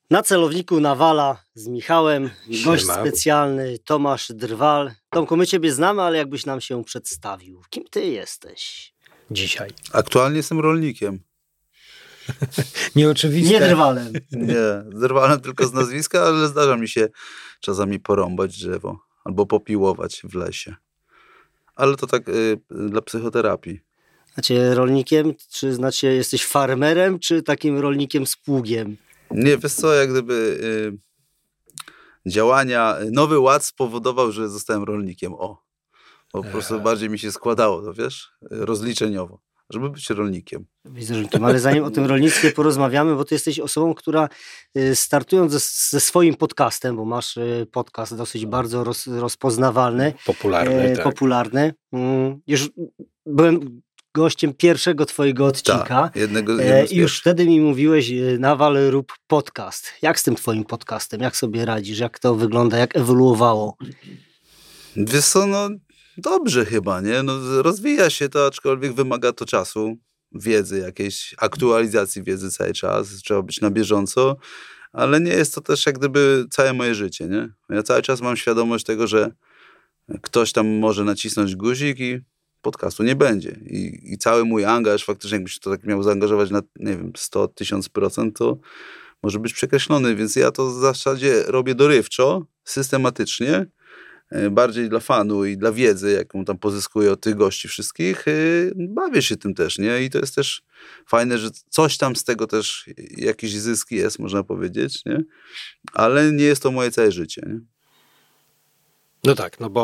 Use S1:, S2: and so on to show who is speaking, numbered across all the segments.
S1: Na celowniku Nawala z Michałem, gość specjalny Tomasz Drwal. Tomku, my ciebie znamy, ale jakbyś nam się przedstawił. Kim ty jesteś dzisiaj?
S2: Aktualnie jestem rolnikiem.
S3: Nieoczywiste.
S1: Nie drwalem.
S2: Nie, drwalem tylko z nazwiska, ale zdarza mi się czasami porąbać drzewo albo popiłować w lesie. Ale to tak dla psychoterapii.
S1: Znacie rolnikiem? Czy znacie, jesteś farmerem, czy takim rolnikiem z pługiem?
S2: Nie, wiesz co, jak gdyby działania, Nowy Ład spowodował, że zostałem rolnikiem. Po prostu bardziej mi się składało, to wiesz, rozliczeniowo, żeby być rolnikiem.
S1: Widzę, rolnikiem, ale zanim o tym rolnictwie porozmawiamy, bo ty jesteś osobą, która startując ze swoim podcastem, bo masz podcast dosyć bardzo rozpoznawalny.
S3: Popularny, tak.
S1: Popularny. Już byłem gościem pierwszego twojego odcinka.
S2: Tak, jednego
S1: I już wtedy mi mówiłeś, Nawal, rób podcast. Jak z tym twoim podcastem? Jak sobie radzisz? Jak to wygląda? Jak ewoluowało?
S2: Wiesz co, no dobrze chyba, nie? No, rozwija się to, aczkolwiek wymaga to czasu, wiedzy, jakiejś aktualizacji wiedzy cały czas. Trzeba być na bieżąco, ale nie jest to też jak gdyby całe moje życie, nie? Ja cały czas mam świadomość tego, że ktoś tam może nacisnąć guzik i podcastu nie będzie. I cały mój angaż, faktycznie jakbyś to tak miał zaangażować na, nie wiem, 100-1000%, to może być przekreślony, więc ja to w zasadzie robię dorywczo, systematycznie, bardziej dla fanu i dla wiedzy, jaką tam pozyskuję od tych gości wszystkich. Bawię się tym też, nie? I to jest też fajne, że coś tam z tego też, jakiś zysk jest, można powiedzieć, nie? Ale nie jest to moje całe życie, nie?
S3: No tak, no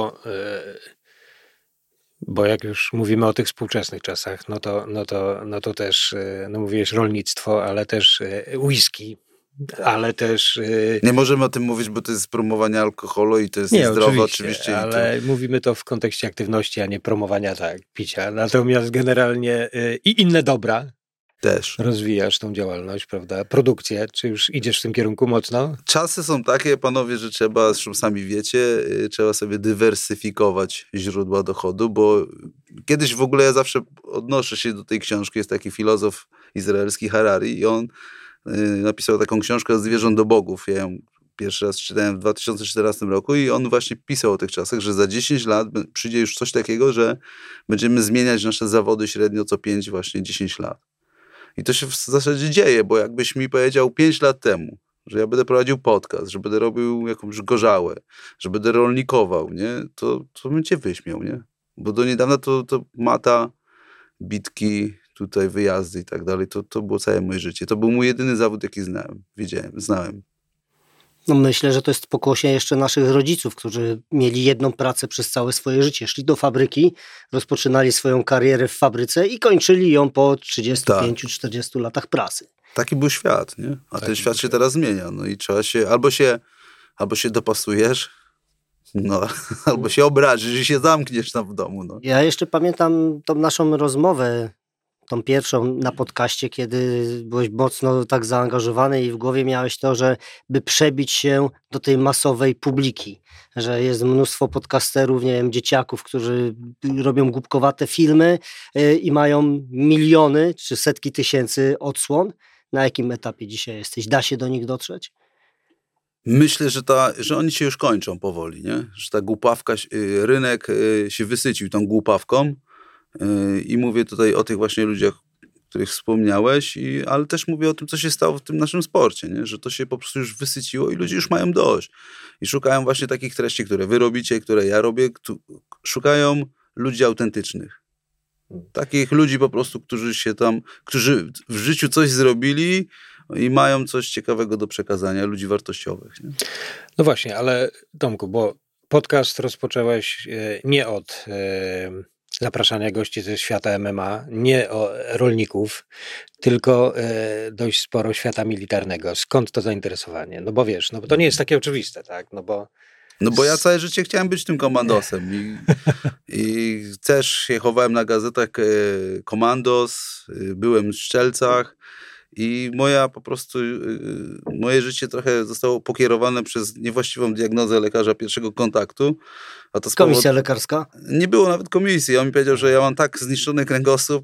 S3: bo jak już mówimy o tych współczesnych czasach, no to też, no mówiłeś rolnictwo, ale też whisky, ale też...
S2: Nie możemy o tym mówić, bo to jest promowanie alkoholu i to jest niezdrowe oczywiście.
S3: Ale mówimy to w kontekście aktywności, a nie promowania picia. Natomiast generalnie i inne dobra
S2: też
S3: rozwijasz tą działalność, prawda? Produkcję, czy już idziesz w tym kierunku mocno?
S2: Czasy są takie, panowie, że trzeba, zresztą sami wiecie, trzeba sobie dywersyfikować źródła dochodu, bo kiedyś w ogóle ja zawsze odnoszę się do tej książki, jest taki filozof izraelski Harari i on napisał taką książkę Od zwierząt do bogów. Ja ją pierwszy raz czytałem w 2014 roku i on właśnie pisał o tych czasach, że za 10 lat przyjdzie już coś takiego, że będziemy zmieniać nasze zawody średnio co 5, właśnie 10 lat. I to się w zasadzie dzieje, bo jakbyś mi powiedział 5 lat temu, że ja będę prowadził podcast, że będę robił jakąś gorzałę, że będę rolnikował, nie? To bym cię wyśmiał, nie? Bo do niedawna to mata, bitki, tutaj wyjazdy i tak dalej, to było całe moje życie. To był mój jedyny zawód, jaki znałem.
S1: No myślę, że to jest pokłosie jeszcze naszych rodziców, którzy mieli jedną pracę przez całe swoje życie. Szli do fabryki, rozpoczynali swoją karierę w fabryce i kończyli ją po 35-40 latach pracy.
S2: Taki był świat, nie? A ten świat się teraz zmienia. No i trzeba się, albo się dopasujesz, no, albo się obrazisz i się zamkniesz tam w domu. No.
S1: Ja jeszcze pamiętam tą naszą rozmowę, tą pierwszą na podcaście, kiedy byłeś mocno tak zaangażowany i w głowie miałeś to, że by przebić się do tej masowej publiki, że jest mnóstwo podcasterów, nie wiem, dzieciaków, którzy robią głupkowate filmy i mają miliony czy setki tysięcy odsłon. Na jakim etapie dzisiaj jesteś? Da się do nich dotrzeć?
S2: Myślę, że oni się już kończą powoli, nie? Że ta głupawka, rynek się wysycił tą głupawką. I mówię tutaj o tych właśnie ludziach, o których wspomniałeś, ale też mówię o tym, co się stało w tym naszym sporcie, nie? Że to się po prostu już wysyciło i ludzie już mają dość. I szukają właśnie takich treści, które wy robicie, które ja robię. Szukają ludzi autentycznych. Takich ludzi po prostu, którzy w życiu coś zrobili i mają coś ciekawego do przekazania, ludzi wartościowych. Nie?
S3: No właśnie, ale Tomku, bo podcast rozpocząłeś nie od zapraszania gości ze świata MMA, nie o rolników, tylko dość sporo świata militarnego. Skąd to zainteresowanie? No bo wiesz, no bo to nie jest takie oczywiste, tak? No bo
S2: ja całe życie chciałem być tym komandosem i też się chowałem na gazetach Komandos, byłem w Strzelcach I moje życie trochę zostało pokierowane przez niewłaściwą diagnozę lekarza pierwszego kontaktu. A to
S1: Komisja lekarska?
S2: Nie było nawet komisji. On mi powiedział, że ja mam tak zniszczony kręgosłup,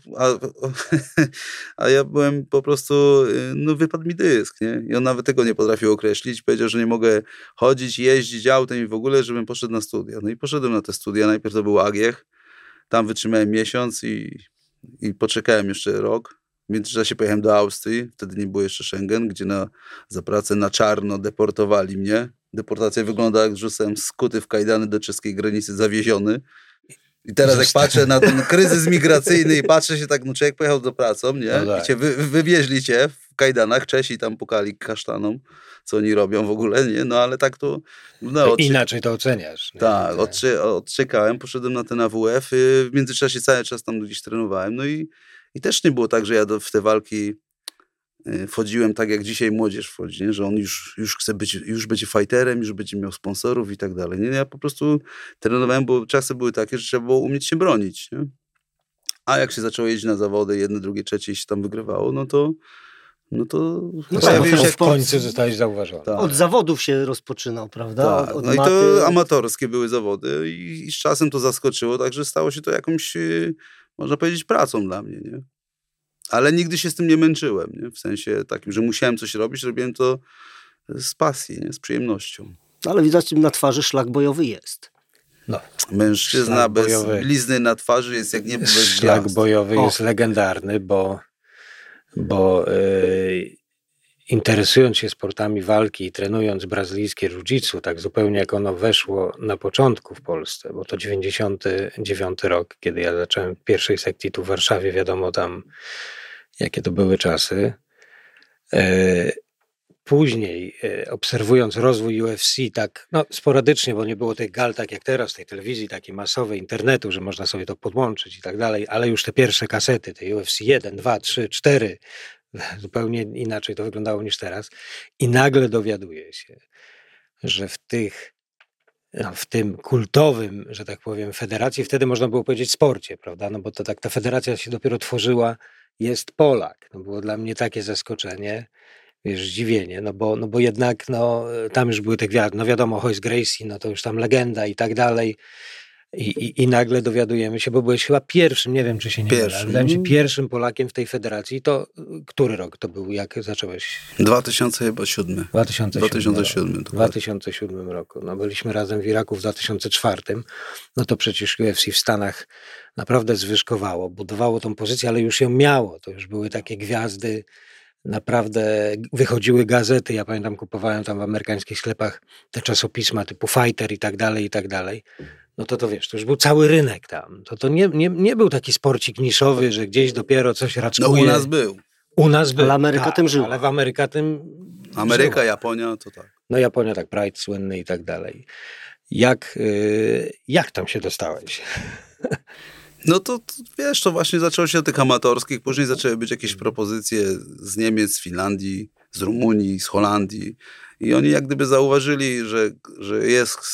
S2: a ja byłem po prostu, wypadł mi dysk, nie? I on nawet tego nie potrafił określić. Powiedział, że nie mogę chodzić, jeździć autem i w ogóle, żebym poszedł na studia. No i poszedłem na te studia. Najpierw to był Agiech. Tam wytrzymałem miesiąc i poczekałem jeszcze rok. W międzyczasie pojechałem do Austrii, wtedy nie było jeszcze Schengen, gdzie za pracę na czarno deportowali mnie. Deportacja wygląda jak rzucałem skuty w kajdany do czeskiej granicy, zawieziony. I teraz jak patrzę na ten kryzys migracyjny i patrzę się tak, człowiek pojechał do pracą, nie?
S3: No tak.
S2: I wywieźli cię w kajdanach, Czesi tam pukali kasztanom, co oni robią w ogóle, nie? No ale tak to...
S3: Inaczej to oceniasz.
S2: Tak, odczekałem, poszedłem na ten AWF, w międzyczasie cały czas tam gdzieś trenowałem, no i też nie było tak, że ja w te walki wchodziłem tak, jak dzisiaj młodzież wchodzi, nie? Że on już chce być, już będzie fighterem, już będzie miał sponsorów i tak dalej. Nie? Ja po prostu trenowałem, bo czasy były takie, że trzeba było umieć się bronić. Nie? A jak się zaczęło jeździć na zawody, jedne, drugie, trzecie i się tam wygrywało, no to
S3: w końcu zostałeś zauważony.
S1: Tak. Od zawodów się rozpoczynał, prawda?
S2: Tak. No i to amatorskie były zawody i z czasem to zaskoczyło, także stało się to jakąś, można powiedzieć, pracą dla mnie, nie? Ale nigdy się z tym nie męczyłem, nie? W sensie takim, że musiałem coś robić, robiłem to z pasji, nie? Z przyjemnością.
S1: Ale widać, na twarzy szlak bojowy jest.
S3: No.
S2: Mężczyzna bez blizny na twarzy jest jak niebo bez gwiazd.
S3: Szlak bojowy jest legendarny, bo interesując się sportami walki i trenując brazylijskie jiu-jitsu, tak zupełnie jak ono weszło na początku w Polsce, bo to 99 rok, kiedy ja zacząłem w pierwszej sekcji tu w Warszawie, wiadomo tam jakie to były czasy. Później obserwując rozwój UFC tak sporadycznie, bo nie było tych gal tak jak teraz, tej telewizji takiej masowej, internetu, że można sobie to podłączyć i tak dalej, ale już te pierwsze kasety, te UFC 1, 2, 3, 4, zupełnie inaczej to wyglądało niż teraz. I nagle dowiaduję się, że w tym kultowym, że tak powiem, federacji, wtedy można było powiedzieć sporcie, prawda? No bo to tak ta federacja się dopiero tworzyła, jest Polak. No było dla mnie takie zaskoczenie, zdziwienie, no bo jednak tam już były te gwiazdy, no wiadomo, Royce Gracie, no to już tam legenda i tak dalej. I nagle dowiadujemy się, bo byłeś chyba pierwszym, nie wiem czy się nie mylę, ale wydaje mi się pierwszym Polakiem w tej federacji. To który rok to był, jak zacząłeś?
S2: 2007.
S3: 2007. W 2007 roku. No byliśmy razem w Iraku w 2004. No to przecież UFC w Stanach naprawdę zwyżkowało, budowało tą pozycję, ale już ją miało. To już były takie gwiazdy, naprawdę wychodziły gazety. Ja pamiętam, kupowałem tam w amerykańskich sklepach te czasopisma typu Fighter i tak dalej, i tak dalej. No to wiesz, to już był cały rynek tam. To nie był taki sporcik niszowy, że gdzieś dopiero coś raczkuje.
S2: No u nas był.
S3: U nas był.
S1: Ale Ameryka tym żyła.
S3: Ale w Ameryka tym
S2: Ameryka,
S3: żyła.
S2: Japonia, to tak.
S3: No Japonia tak, Pride słynny i tak dalej. Jak tam się dostałeś?
S2: No to wiesz, to właśnie zaczęło się od tych amatorskich, później zaczęły być jakieś propozycje z Niemiec, z Finlandii, z Rumunii, z Holandii i oni jak gdyby zauważyli, że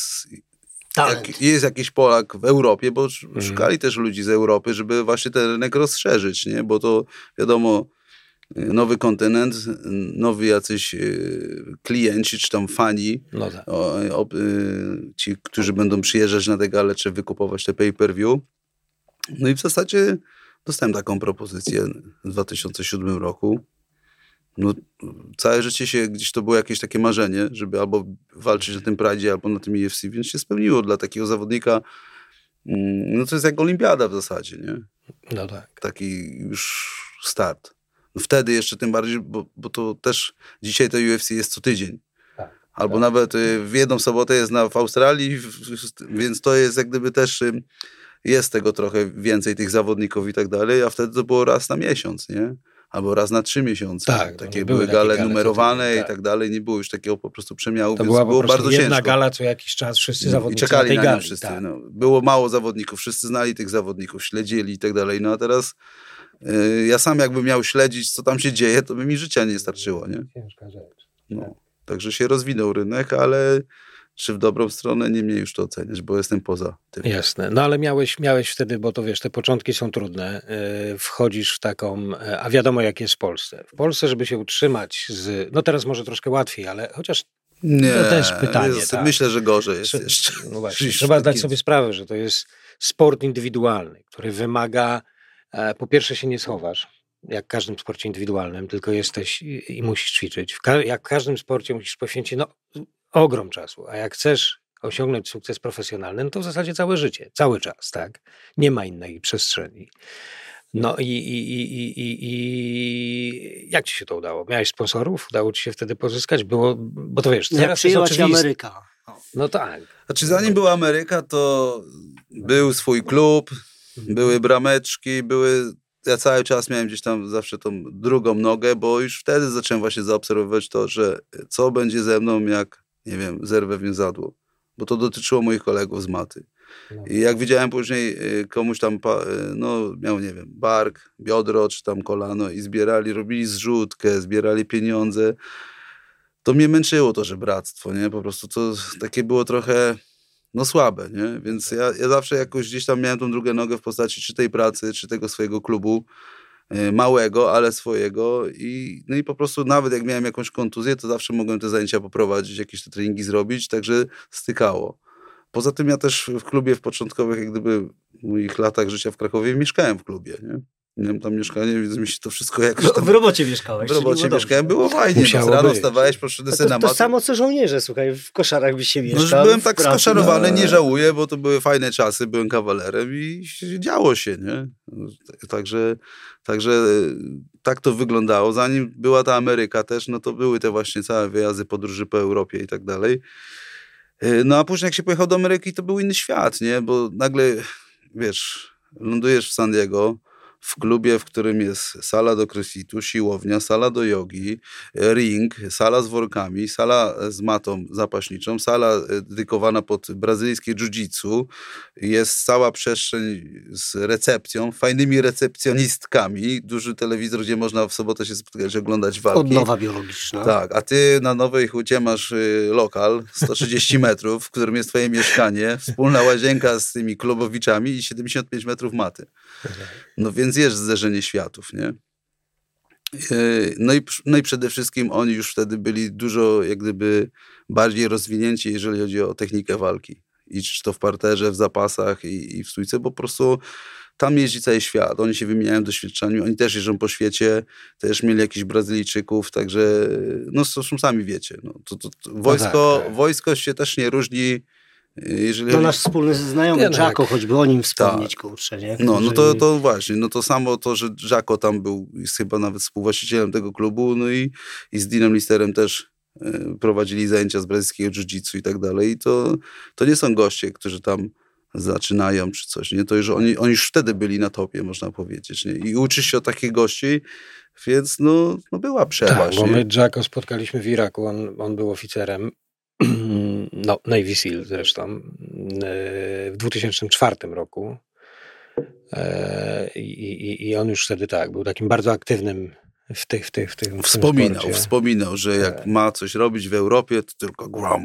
S2: jest jakiś Polak w Europie, bo szukali też ludzi z Europy, żeby właśnie ten rynek rozszerzyć, nie? Bo to wiadomo, nowy kontynent, nowi jacyś klienci, czy tam fani,
S3: No tak.
S2: ci, którzy będą przyjeżdżać na te gale, czy wykupować te pay-per-view. No i w zasadzie dostałem taką propozycję w 2007 roku. No, całe życie się gdzieś to było jakieś takie marzenie, żeby albo walczyć na tym Pride'zie, albo na tym UFC, więc się spełniło dla takiego zawodnika. No to jest jak olimpiada w zasadzie, nie?
S3: No tak.
S2: Taki już start. No wtedy jeszcze tym bardziej, bo to też dzisiaj to UFC jest co tydzień.
S3: Tak.
S2: Albo nawet w jedną sobotę jest w Australii, więc to jest jak gdyby też jest tego trochę więcej tych zawodników i tak dalej, a wtedy to było raz na miesiąc, nie? Albo raz na 3 miesiące.
S3: Tak,
S2: takie były gale numerowane i tak dalej. Nie było już takiego po prostu przemiału, więc było bardzo ciężko.
S3: Jedna gala co jakiś czas, wszyscy zawodnicy
S2: I czekali
S3: na tej gali.
S2: Wszyscy,
S3: tak.
S2: no. Było mało zawodników, wszyscy znali tych zawodników, śledzili i tak dalej. No a teraz ja sam jakbym miał śledzić, co tam się dzieje, to by mi życia nie starczyło, nie?
S3: Ciężka rzecz.
S2: No. Także się rozwinął rynek, ale czy w dobrą stronę, nie mnie już to oceniać, bo jestem poza tym.
S3: Jasne. No ale miałeś wtedy, bo to wiesz, te początki są trudne, wchodzisz w taką, a wiadomo jak jest w Polsce. W Polsce, żeby się utrzymać no teraz może troszkę łatwiej, ale chociaż
S2: Nie,
S3: to też pytanie. Tak?
S2: Myślę, że gorzej jest jeszcze.
S3: No właśnie, trzeba zdać sobie sprawę, że to jest sport indywidualny, który wymaga, po pierwsze się nie schowasz, jak w każdym sporcie indywidualnym, tylko jesteś i musisz ćwiczyć. Jak w każdym sporcie musisz poświęcić ogrom czasu, a jak chcesz osiągnąć sukces profesjonalny, no to w zasadzie całe życie, cały czas, tak? Nie ma innej przestrzeni. No i jak ci się to udało? Miałeś sponsorów? Udało ci się wtedy pozyskać? Bo to wiesz, teraz
S1: przyjęła
S3: jest
S1: cię
S3: oczywiste.
S1: Ameryka.
S3: No tak.
S2: Znaczy zanim była Ameryka, to był swój klub, były brameczki, ja cały czas miałem gdzieś tam zawsze tą drugą nogę, bo już wtedy zacząłem właśnie zaobserwować to, że co będzie ze mną, jak, nie wiem, zerwę więzadło. Bo to dotyczyło moich kolegów z maty. I jak widziałem później komuś tam, miał, nie wiem, bark, biodro czy tam kolano i robili zrzutkę, zbierali pieniądze, to mnie męczyło to żebractwo, nie? Po prostu to takie było trochę, słabe, nie? Więc ja zawsze jakoś gdzieś tam miałem tą drugą nogę w postaci czy tej pracy, czy tego swojego klubu, małego, ale swojego i po prostu nawet jak miałem jakąś kontuzję, to zawsze mogłem te zajęcia poprowadzić, jakieś te treningi zrobić, także stykało. Poza tym ja też w klubie w początkowych, jak gdyby moich latach życia w Krakowie mieszkałem w klubie, nie? Miałem tam mieszkanie, więc mi się to wszystko jakoś tam...
S1: W robocie mieszkałeś.
S2: W robocie mieszkałem, było fajnie.
S3: Musiało
S2: Rano
S3: być.
S2: wstawałeś, poszedłem sobie na
S1: To
S2: matę.
S1: samo co żołnierze, słuchaj, w koszarach byś się mieszkał.
S2: Już byłem tak
S1: pracy,
S2: skoszarowany, nie żałuję, bo to były fajne czasy, byłem kawalerem i działo się, nie? Także tak to wyglądało. Zanim była ta Ameryka też, no to były te właśnie całe wyjazdy, podróży po Europie i tak dalej. No a później jak się pojechał do Ameryki, to był inny świat, nie? Bo nagle, wiesz, lądujesz w San Diego, w klubie, w którym jest sala do crossfitu, siłownia, sala do jogi, ring, sala z workami, sala z matą zapaśniczą, sala dedykowana pod brazylijskie jiu-jitsu, jest cała przestrzeń z recepcją, fajnymi recepcjonistkami, duży telewizor, gdzie można w sobotę się spotkać, oglądać walki.
S1: Odnowa biologiczna.
S2: Tak, a ty na Nowej Hucie masz lokal 130 metrów, w którym jest twoje mieszkanie, wspólna łazienka z tymi klubowiczami i 75 metrów maty. No więc jest zderzenie światów, nie? No i przede wszystkim oni już wtedy byli dużo jak gdyby bardziej rozwinięci, jeżeli chodzi o technikę walki. I czy to w parterze, w zapasach i w stójce, bo po prostu tam jeździ cały świat. Oni się wymieniają doświadczeniami, oni też jeżdżą po świecie, też mieli jakichś Brazylijczyków, także zresztą sami wiecie. Wojsko się też nie różni.
S1: Nasz wspólny znajomy Jacko, choćby o nim wspomnieć, kurczę, nie?
S2: To właśnie, to samo to, że Jacko tam był, jest chyba nawet współwłaścicielem tego klubu, i z Deanem Listerem też prowadzili zajęcia z brazylijskiego jiu-jitsu i tak dalej. I to nie są goście, którzy tam zaczynają czy coś, nie? To już oni już wtedy byli na topie, można powiedzieć, nie? I uczysz się od takich gości, więc była przeważ.
S3: Tak, bo my Jacko spotkaliśmy w Iraku, on był oficerem, Navy SEAL zresztą, w 2004 roku. I on już wtedy był takim bardzo aktywnym w tym
S2: Wspominał, że jak ma coś robić w Europie, to tylko gram.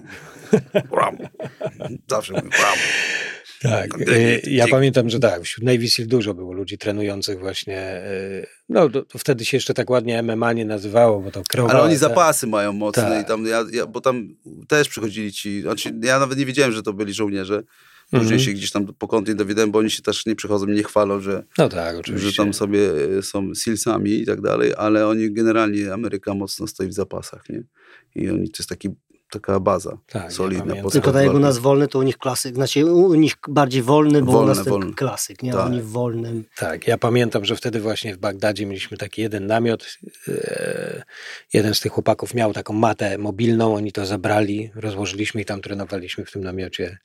S2: Zawsze mówił gram.
S3: Tak, ja pamiętam, że wśród Navy SEAL dużo było ludzi trenujących właśnie, to wtedy się jeszcze tak ładnie MMA nie nazywało, bo to kreowało.
S2: Ale oni zapasy mają mocne i tam, bo tam też przychodzili ci, ja nawet nie wiedziałem, że to byli żołnierze. Później się gdzieś tam pokątnie dowiedziałem, bo oni się też nie przychodzą, nie chwalą, że tam sobie są SEALsami i tak dalej, ale oni generalnie, Ameryka mocno stoi w zapasach, nie? I oni, to jest taka baza solidna.
S1: Tylko tak jak u nas wolny, to u nich klasyk. Znaczy u nich bardziej wolny, bo u nas ten klasyk, nie? Tak. Oni w wolnym.
S3: Tak, ja pamiętam, że wtedy właśnie w Bagdadzie mieliśmy taki jeden namiot. Jeden z tych chłopaków miał taką matę mobilną, oni to zabrali, rozłożyliśmy i tam trenowaliśmy w tym namiocie.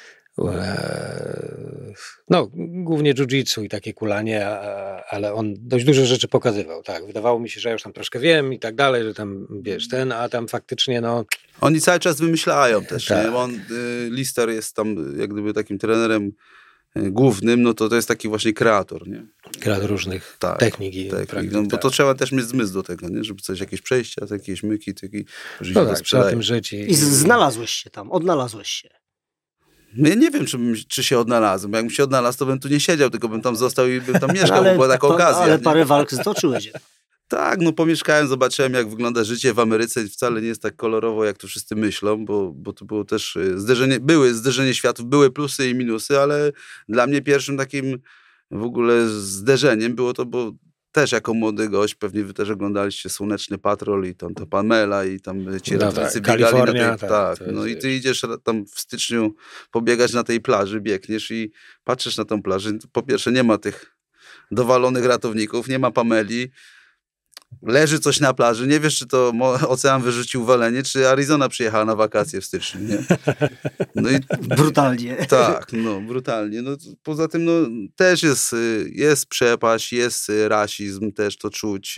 S3: Głównie jiu-jitsu i takie kulanie, ale on dość dużo rzeczy pokazywał, tak. Wydawało mi się, że ja już tam troszkę wiem i tak dalej, że tam, wiesz, a tam faktycznie,
S2: Oni cały czas wymyślają też,
S3: tak.
S2: nie? Lister jest tam jak gdyby takim trenerem głównym, no to jest taki właśnie kreator, nie?
S3: Kreator różnych
S2: Tak,
S3: technik i praktyk.
S2: No, bo to trzeba też mieć zmysł do tego, nie? Żeby coś, jakieś przejścia, jakieś myki,
S3: No tak, trzeba tym żyć.
S1: I znalazłeś się tam, odnalazłeś się.
S2: No ja nie wiem, czy się odnalazłem. Jakbym się odnalazł, to bym tu nie siedział, tylko bym tam został i bym tam mieszkał, bo była taka okazja.
S1: Ale
S2: nie?
S1: parę walk ztoczyłeś.
S2: Tak, no pomieszkałem, zobaczyłem, jak wygląda życie w Ameryce. Wcale nie jest tak kolorowo, jak tu wszyscy myślą, bo to było też zderzenie światów, były plusy i minusy, ale dla mnie pierwszym takim w ogóle zderzeniem było to, bo też jako młody gość, pewnie wy też oglądaliście Słoneczny Patrol i tam to Pamela i tam ci ratownicy biegali na tej... Tak, no i ty idziesz tam w styczniu pobiegać na tej plaży, biegniesz i patrzysz na tą plażę. Po pierwsze nie ma tych dowalonych ratowników, nie ma Pameli, leży coś na plaży, nie wiesz, czy to ocean wyrzucił walenie, czy Arizona przyjechała na wakacje w styczniu, nie? No i
S1: brutalnie.
S2: Tak, no brutalnie. No, poza tym no, też jest przepaść, jest rasizm, też to czuć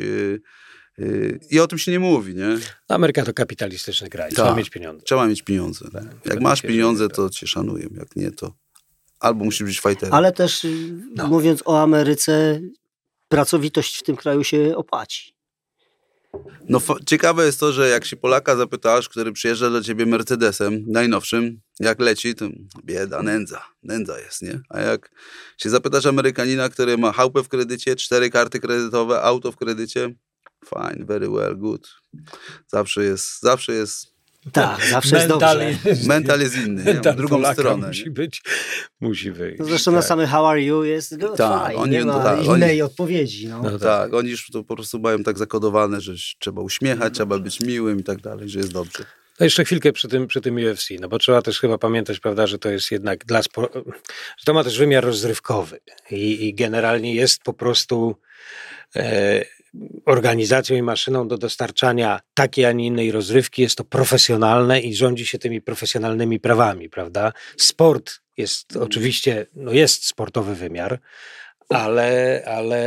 S2: i o tym się nie mówi, nie?
S3: Ameryka to kapitalistyczny kraj, trzeba mieć pieniądze.
S2: Trzeba mieć pieniądze. Tak. Jak masz pieniądze, to cię szanują, jak nie, to albo musisz być fighterem.
S1: Ale też mówiąc o Ameryce, pracowitość w tym kraju się opłaci.
S2: No ciekawe jest to, że jak się Polaka zapytasz, który przyjeżdża do ciebie Mercedesem najnowszym, jak leci, to bieda, nędza jest, nie? A jak się zapytasz Amerykanina, który ma chałupę w kredycie, 4 karty kredytowe, auto w kredycie, fine, very well, good. Zawsze jest
S1: tak, zawsze jest dobrze.
S2: Mental jest inny, nie? W drugą
S3: Polaka
S2: stronę.
S3: Musi wyjść.
S1: No zresztą na same how are you jest nie ma innej odpowiedzi. No.
S2: Tak, oni już to po prostu mają tak zakodowane, że trzeba uśmiechać, trzeba być miłym i tak dalej, że jest dobrze.
S3: No jeszcze chwilkę przy tym UFC, no bo trzeba też chyba pamiętać, prawda, że to jest jednak że to ma też wymiar rozrywkowy i generalnie jest po prostu organizacją i maszyną do dostarczania takiej, a nie innej rozrywki. Jest to profesjonalne i rządzi się tymi profesjonalnymi prawami, prawda? Sport jest oczywiście, no jest sportowy wymiar, ale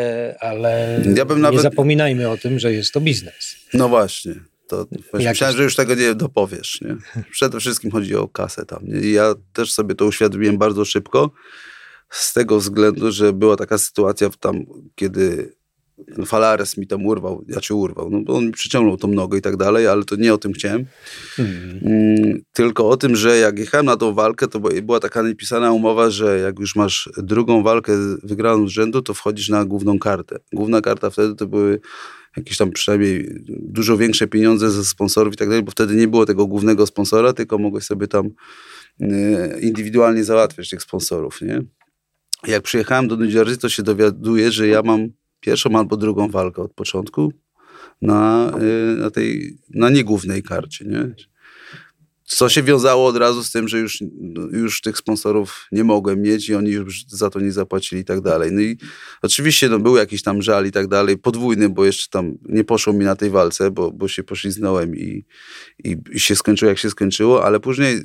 S2: ja bym
S3: nie zapominajmy o tym, że jest to biznes.
S2: No właśnie. To myślałem, że już tego nie dopowiesz. Nie? Przede wszystkim chodzi o kasę tam. Nie? I ja też sobie to uświadomiłem bardzo szybko, z tego względu, że była taka sytuacja tam, kiedy Falares mi tam urwał, no bo on mi przyciągnął tą nogę i tak dalej, ale to nie o tym chciałem. Tylko o tym, że jak jechałem na tą walkę, to była taka napisana umowa, że jak już masz drugą walkę wygraną z rzędu, to wchodzisz na główną kartę. Główna karta wtedy to były jakieś tam przynajmniej dużo większe pieniądze ze sponsorów i tak dalej, bo wtedy nie było tego głównego sponsora, tylko mogłeś sobie tam indywidualnie załatwiać tych sponsorów, nie? Jak przyjechałem do New Jersey, to się dowiaduję, że ja mam pierwszą albo drugą walkę od początku na niegłównej karcie, nie? Co się wiązało od razu z tym, że już tych sponsorów nie mogłem mieć i oni już za to nie zapłacili i tak dalej. No i oczywiście był jakiś tam żal i tak dalej, podwójny, bo jeszcze tam nie poszło mi na tej walce, bo się pośliznąłem i się skończyło jak się skończyło, ale później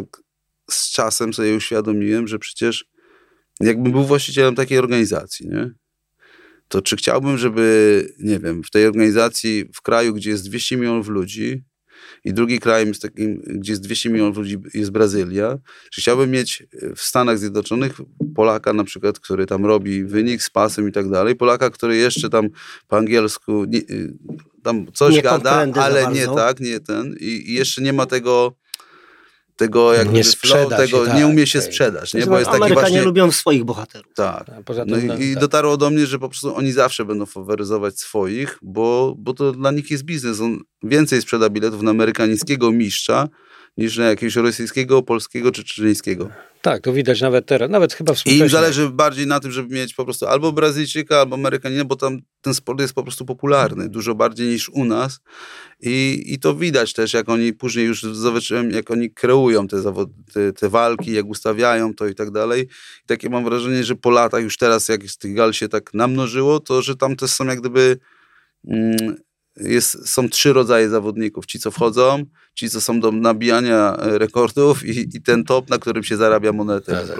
S2: z czasem sobie uświadomiłem, że przecież jakbym był właścicielem takiej organizacji, nie? To czy chciałbym, żeby, nie wiem, w tej organizacji, w kraju, gdzie jest 200 milionów ludzi i drugi kraj jest takim, gdzie jest 200 milionów ludzi, jest Brazylia, czy chciałbym mieć w Stanach Zjednoczonych Polaka na przykład, który tam robi wynik z pasem i tak dalej, Polaka, który jeszcze tam po angielsku tam coś
S1: nie
S2: gada, ale nie ten i jeszcze nie ma tego jakby
S3: nie sprzeda się,
S2: nie umie się sprzedać. Nie?
S1: Bo jest Amerykanie taki właśnie lubią swoich bohaterów.
S2: Tak. I dotarło do mnie, że po prostu oni zawsze będą faworyzować swoich, bo to dla nich jest biznes. On więcej sprzeda biletów na amerykańskiego mistrza niż na jakiegoś rosyjskiego, polskiego czy czyżyńskiego.
S3: Tak, to widać nawet teraz, nawet chyba współcześnie.
S2: I im zależy bardziej na tym, żeby mieć po prostu albo Brazylijczyka, albo Amerykanina, bo tam ten sport jest po prostu popularny, dużo bardziej niż u nas. I to widać też, jak oni później już zobaczyłem, jak oni kreują te walki, jak ustawiają to i tak dalej. I takie mam wrażenie, że po latach już teraz, jak z tych gal się tak namnożyło, to że tam też są jak gdyby... są 3 rodzaje zawodników. Ci, co wchodzą, ci, co są do nabijania rekordów i ten top, na którym się zarabia monetę po prostu.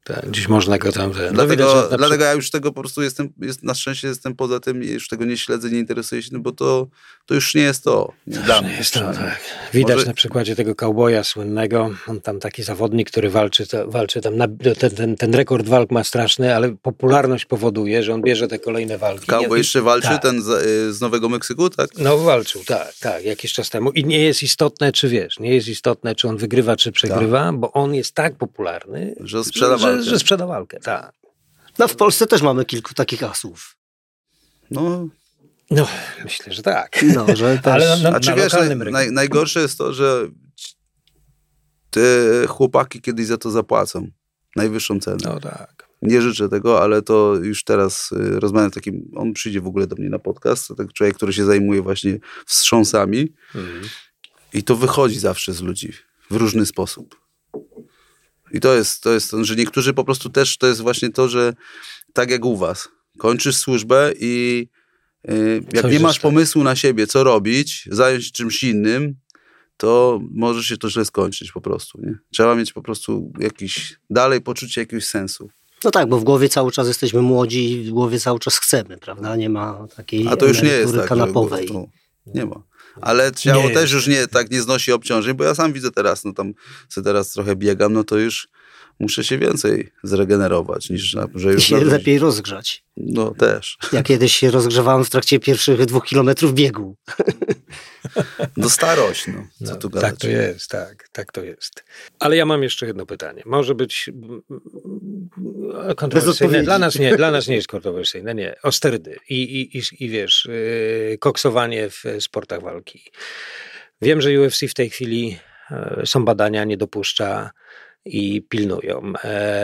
S3: Tak, gdzieś można go tam...
S2: Dlatego ja już tego po prostu na szczęście jestem poza tym i już tego nie śledzę, nie interesuję się, no bo to już nie jest to.
S3: Nie jest to, tak. Widać na przykładzie tego kauboja słynnego, on tam taki zawodnik, który walczy tam, ten rekord walk ma straszny, ale popularność powoduje, że on bierze te kolejne walki.
S2: Kauboj jeszcze walczy, tak. Ten z Nowego Meksyku, tak?
S3: No walczył, tak, jakiś czas temu. I nie jest istotne, czy on wygrywa, czy przegrywa, tak. Bo on jest tak popularny,
S2: że sprzeda
S3: walkę, tak.
S1: No w Polsce też mamy kilku takich asów.
S2: No,
S3: myślę, że tak.
S1: No, że też...
S2: Ale najgorsze jest to, że te chłopaki kiedyś za to zapłacą najwyższą cenę.
S3: No tak.
S2: Nie życzę tego, ale to już teraz rozmawiam z takim, on przyjdzie w ogóle do mnie na podcast, to taki człowiek, który się zajmuje właśnie wstrząsami i to wychodzi zawsze z ludzi w różny sposób. I to jest, że niektórzy po prostu też, to jest właśnie to, że tak jak u was, kończysz służbę i jak nie masz pomysłu na siebie, co robić, zająć się czymś innym, to może się to źle skończyć po prostu. Nie? Trzeba mieć po prostu dalej poczucie jakiegoś sensu.
S1: No tak, bo w głowie cały czas jesteśmy młodzi i w głowie cały czas chcemy, prawda? Nie ma takiej
S2: A to już nie jest tak,
S1: kanapowej.
S2: Nie ma. Ale ciało też już nie znosi obciążeń, bo ja sam widzę teraz, teraz trochę biegam, no to już muszę się więcej zregenerować niż że już...
S1: się lepiej rozgrzać.
S2: No też.
S1: Ja kiedyś się rozgrzewałem w trakcie pierwszych 2 kilometrów biegu.
S2: No starość, co tu gadać.
S3: Tak to jest, tak to jest. Ale ja mam jeszcze jedno pytanie. Może być kontrowersyjne. Dla nas nie jest kontrowersyjne, nie. O sterydy i wiesz, koksowanie w sportach walki. Wiem, że UFC w tej chwili są badania, nie dopuszcza i pilnują.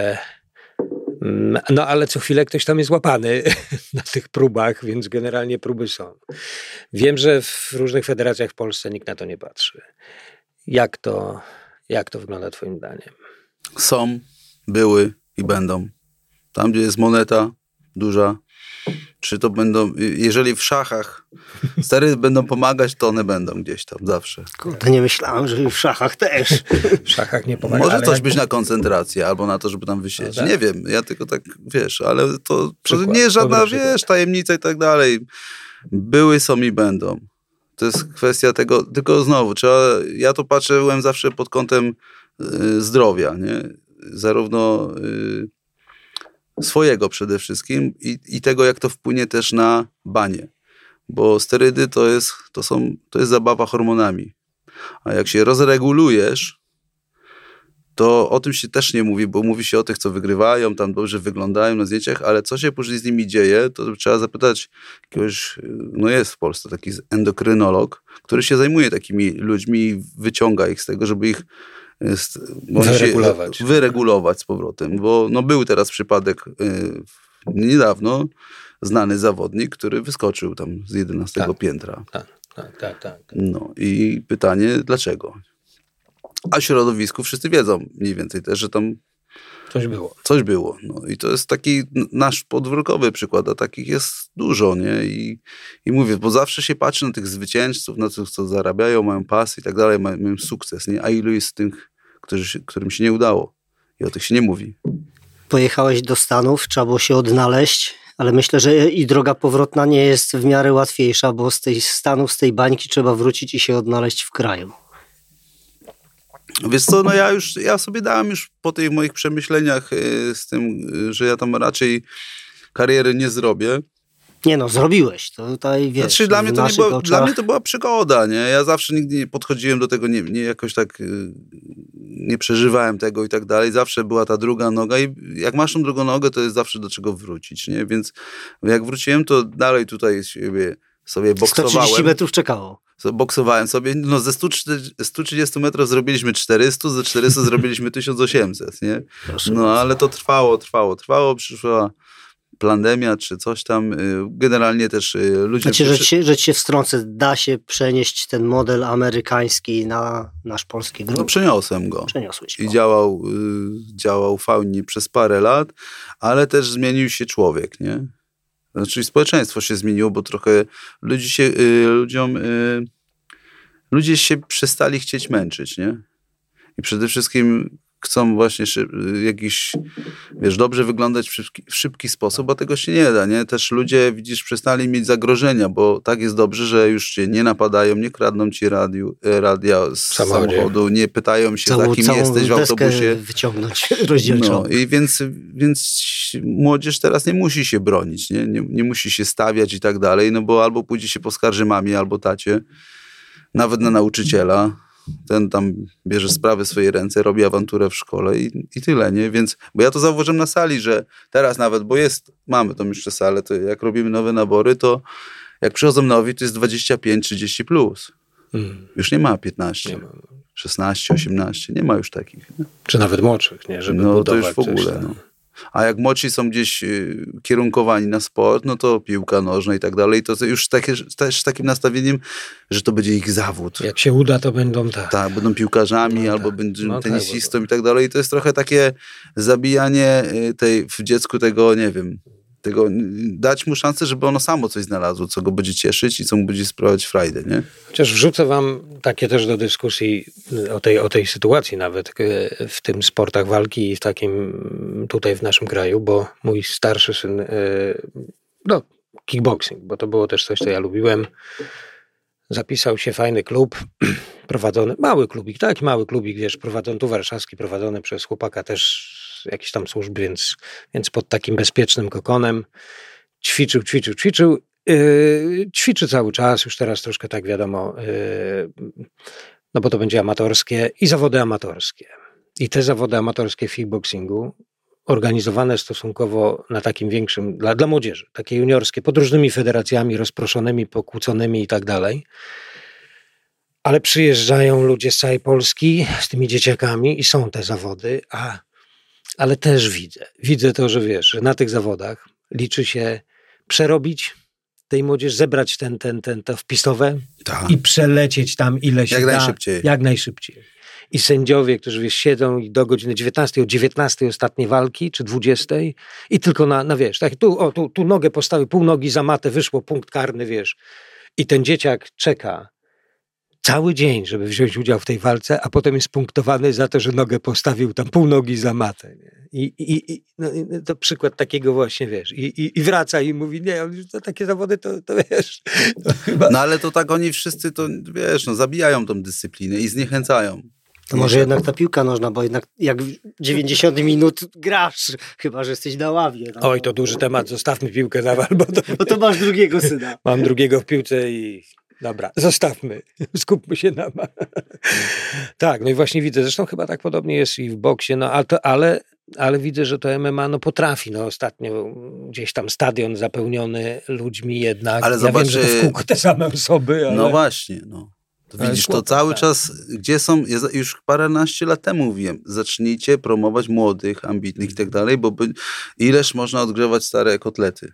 S3: No ale co chwilę ktoś tam jest łapany na tych próbach, więc generalnie próby są. Wiem, że w różnych federacjach w Polsce nikt na to nie patrzy. Jak to wygląda twoim zdaniem?
S2: Są, były i będą. Tam, gdzie jest moneta duża, czy to będą, jeżeli w szachach sterydy będą pomagać, to one będą gdzieś tam zawsze.
S1: Kurde, nie myślałem, że w szachach też.
S3: W szachach nie pomaga.
S2: Może coś być na koncentrację, albo na to, żeby tam wysiedzieć. No tak? Nie wiem, ja tylko tak, ale to nie jest żadna, tajemnica i tak dalej. Były, są i będą. To jest kwestia tego, tylko znowu, ja to patrzyłem zawsze pod kątem zdrowia, nie? Zarówno swojego przede wszystkim i tego, jak to wpłynie też na banie. Bo sterydy to jest zabawa hormonami. A jak się rozregulujesz, to o tym się też nie mówi, bo mówi się o tych, co wygrywają, tam dobrze wyglądają na zdjęciach, ale co się później z nimi dzieje, to trzeba zapytać jakiegoś, jest w Polsce taki endokrynolog, który się zajmuje takimi ludźmi i wyciąga ich z tego, żeby ich wyregulować z powrotem, bo był teraz przypadek niedawno znany zawodnik, który wyskoczył tam z 11 piętra.
S3: Tak.
S2: No i pytanie, dlaczego? A w środowisku wszyscy wiedzą mniej więcej też, że tam Coś było. No i to jest taki nasz podwórkowy przykład, a takich jest dużo, nie? I mówię, bo zawsze się patrzy na tych zwycięzców, na tych, co zarabiają, mają pasy i tak dalej, mają sukces, nie? A ilu jest tych, którym się nie udało i o tych się nie mówi.
S1: Pojechałeś do Stanów, trzeba było się odnaleźć, ale myślę, że i droga powrotna nie jest w miarę łatwiejsza, bo z tej Stanów, z tej bańki trzeba wrócić i się odnaleźć w kraju.
S2: Wiesz co, ja sobie dałem już po tych moich przemyśleniach z tym, że ja tam raczej kariery nie zrobię.
S1: Nie zrobiłeś. To tutaj, wiesz,
S2: znaczy, dla mnie to była przygoda, nie? Ja zawsze nigdy nie podchodziłem do tego, nie jakoś tak nie przeżywałem tego i tak dalej. Zawsze była ta druga noga i jak masz tą drugą nogę, to jest zawsze do czego wrócić, nie? Więc jak wróciłem, to dalej tutaj sobie boksowałem.
S1: 130 metrów czekało.
S2: Boksowałem sobie, ze 130 metrów zrobiliśmy 400, ze 400 zrobiliśmy 1800, nie? Ale to trwało, przyszła pandemia czy coś tam, generalnie też ludzie...
S1: Znaczy, że ci się wstrącę, da się przenieść ten model amerykański na nasz polski grunt?
S2: No przeniosłem go.
S1: Przeniosłeś go.
S2: I działał fajnie przez parę lat, ale też zmienił się człowiek, nie? Znaczy społeczeństwo się zmieniło, bo trochę ludzie się przestali chcieć męczyć, nie? I przede wszystkim chcą właśnie jakiś, wiesz, dobrze wyglądać w szybki sposób, a tego się nie da, nie? Też ludzie, widzisz, przestali mieć zagrożenia, bo tak jest dobrze, że już cię nie napadają, nie kradną ci radia z samochodu, nie pytają się, za kim jesteś w autobusie.
S1: Wyciągnąć rozdzielczą.
S2: No i więc młodzież teraz nie musi się bronić, nie musi się stawiać i tak dalej, no bo albo pójdzie się poskarży mamie, albo tacie, nawet na nauczyciela. Ten tam bierze sprawy w swoje ręce, robi awanturę w szkole i tyle, nie? Więc, bo ja to zauważyłem na sali, że teraz nawet, bo mamy tą jeszcze salę, to jak robimy nowe nabory, to jak przychodzą nowi, to jest 25-30 plus. Już nie ma 15, nie ma. 16, 18, nie ma już takich. Nie?
S3: Czy nawet młodszych, nie? Żeby
S2: no
S3: budować
S2: to już w ogóle, no. A jak młodsi są gdzieś kierunkowani na sport, no to piłka nożna i tak dalej, to już też z takim nastawieniem, że to będzie ich zawód.
S3: Jak się uda, to będą
S2: tak, będą piłkarzami albo będą tenisistą i tak dalej. I to jest trochę takie zabijanie w dziecku tego, nie wiem, dać mu szansę, żeby ono samo coś znalazło, co go będzie cieszyć i co mu będzie sprawiać frajdę, nie?
S3: Chociaż wrzucę wam takie też do dyskusji o tej sytuacji nawet w tym sportach walki i w takim tutaj w naszym kraju, bo mój starszy syn, kickboxing, bo to było też coś, co ja lubiłem. Zapisał się fajny klub prowadzony, mały klubik, wiesz, prowadzony tu warszawski, prowadzony przez chłopaka też jakiś tam służb, więc pod takim bezpiecznym kokonem ćwiczył. Ćwiczy cały czas, już teraz troszkę tak wiadomo, no bo to będzie amatorskie i zawody amatorskie. I te zawody amatorskie w kickboxingu organizowane stosunkowo na takim większym, dla młodzieży, takie juniorskie, pod różnymi federacjami rozproszonymi, pokłócony i tak dalej. Ale przyjeżdżają ludzie z całej Polski z tymi dzieciakami i są te zawody, ale też widzę to, że wiesz, że na tych zawodach liczy się przerobić tej młodzieży, zebrać to wpisowe i przelecieć tam ile się jak najszybciej. I sędziowie, którzy wiesz, siedzą i do godziny 19, o 19 ostatniej walki, czy 20 i tylko na wiesz, tak, tu nogę postawił, pół nogi za matę, wyszło, punkt karny, wiesz. I ten dzieciak czeka cały dzień, żeby wziąć udział w tej walce, a potem jest punktowany za to, że nogę postawił tam pół nogi za matę. Nie? No, to przykład takiego właśnie, wiesz, i wraca i mówi, nie, to takie zawody, to wiesz. To chyba...
S2: No ale to tak oni wszyscy, to wiesz, no zabijają tą dyscyplinę i zniechęcają.
S1: To może jednak ta piłka nożna, bo jednak jak 90 minut grasz, chyba że jesteś na ławie. No.
S3: Oj, to duży temat, zostawmy piłkę na wal,
S1: bo to masz drugiego syna.
S3: Mam drugiego w piłce i dobra, zostawmy, skupmy się na... Tak, no i właśnie widzę, zresztą chyba tak podobnie jest i w boksie, no ale widzę, że to MMA no potrafi, no ostatnio gdzieś tam stadion zapełniony ludźmi jednak. Ale ja wiem, że to w kółko te same osoby, ale...
S2: No właśnie, no. To widzisz, to cały czas, gdzie są, ja już paręnaście lat temu mówiłem, zacznijcie promować młodych, ambitnych i tak dalej, bo ileż można odgrzewać stare kotlety.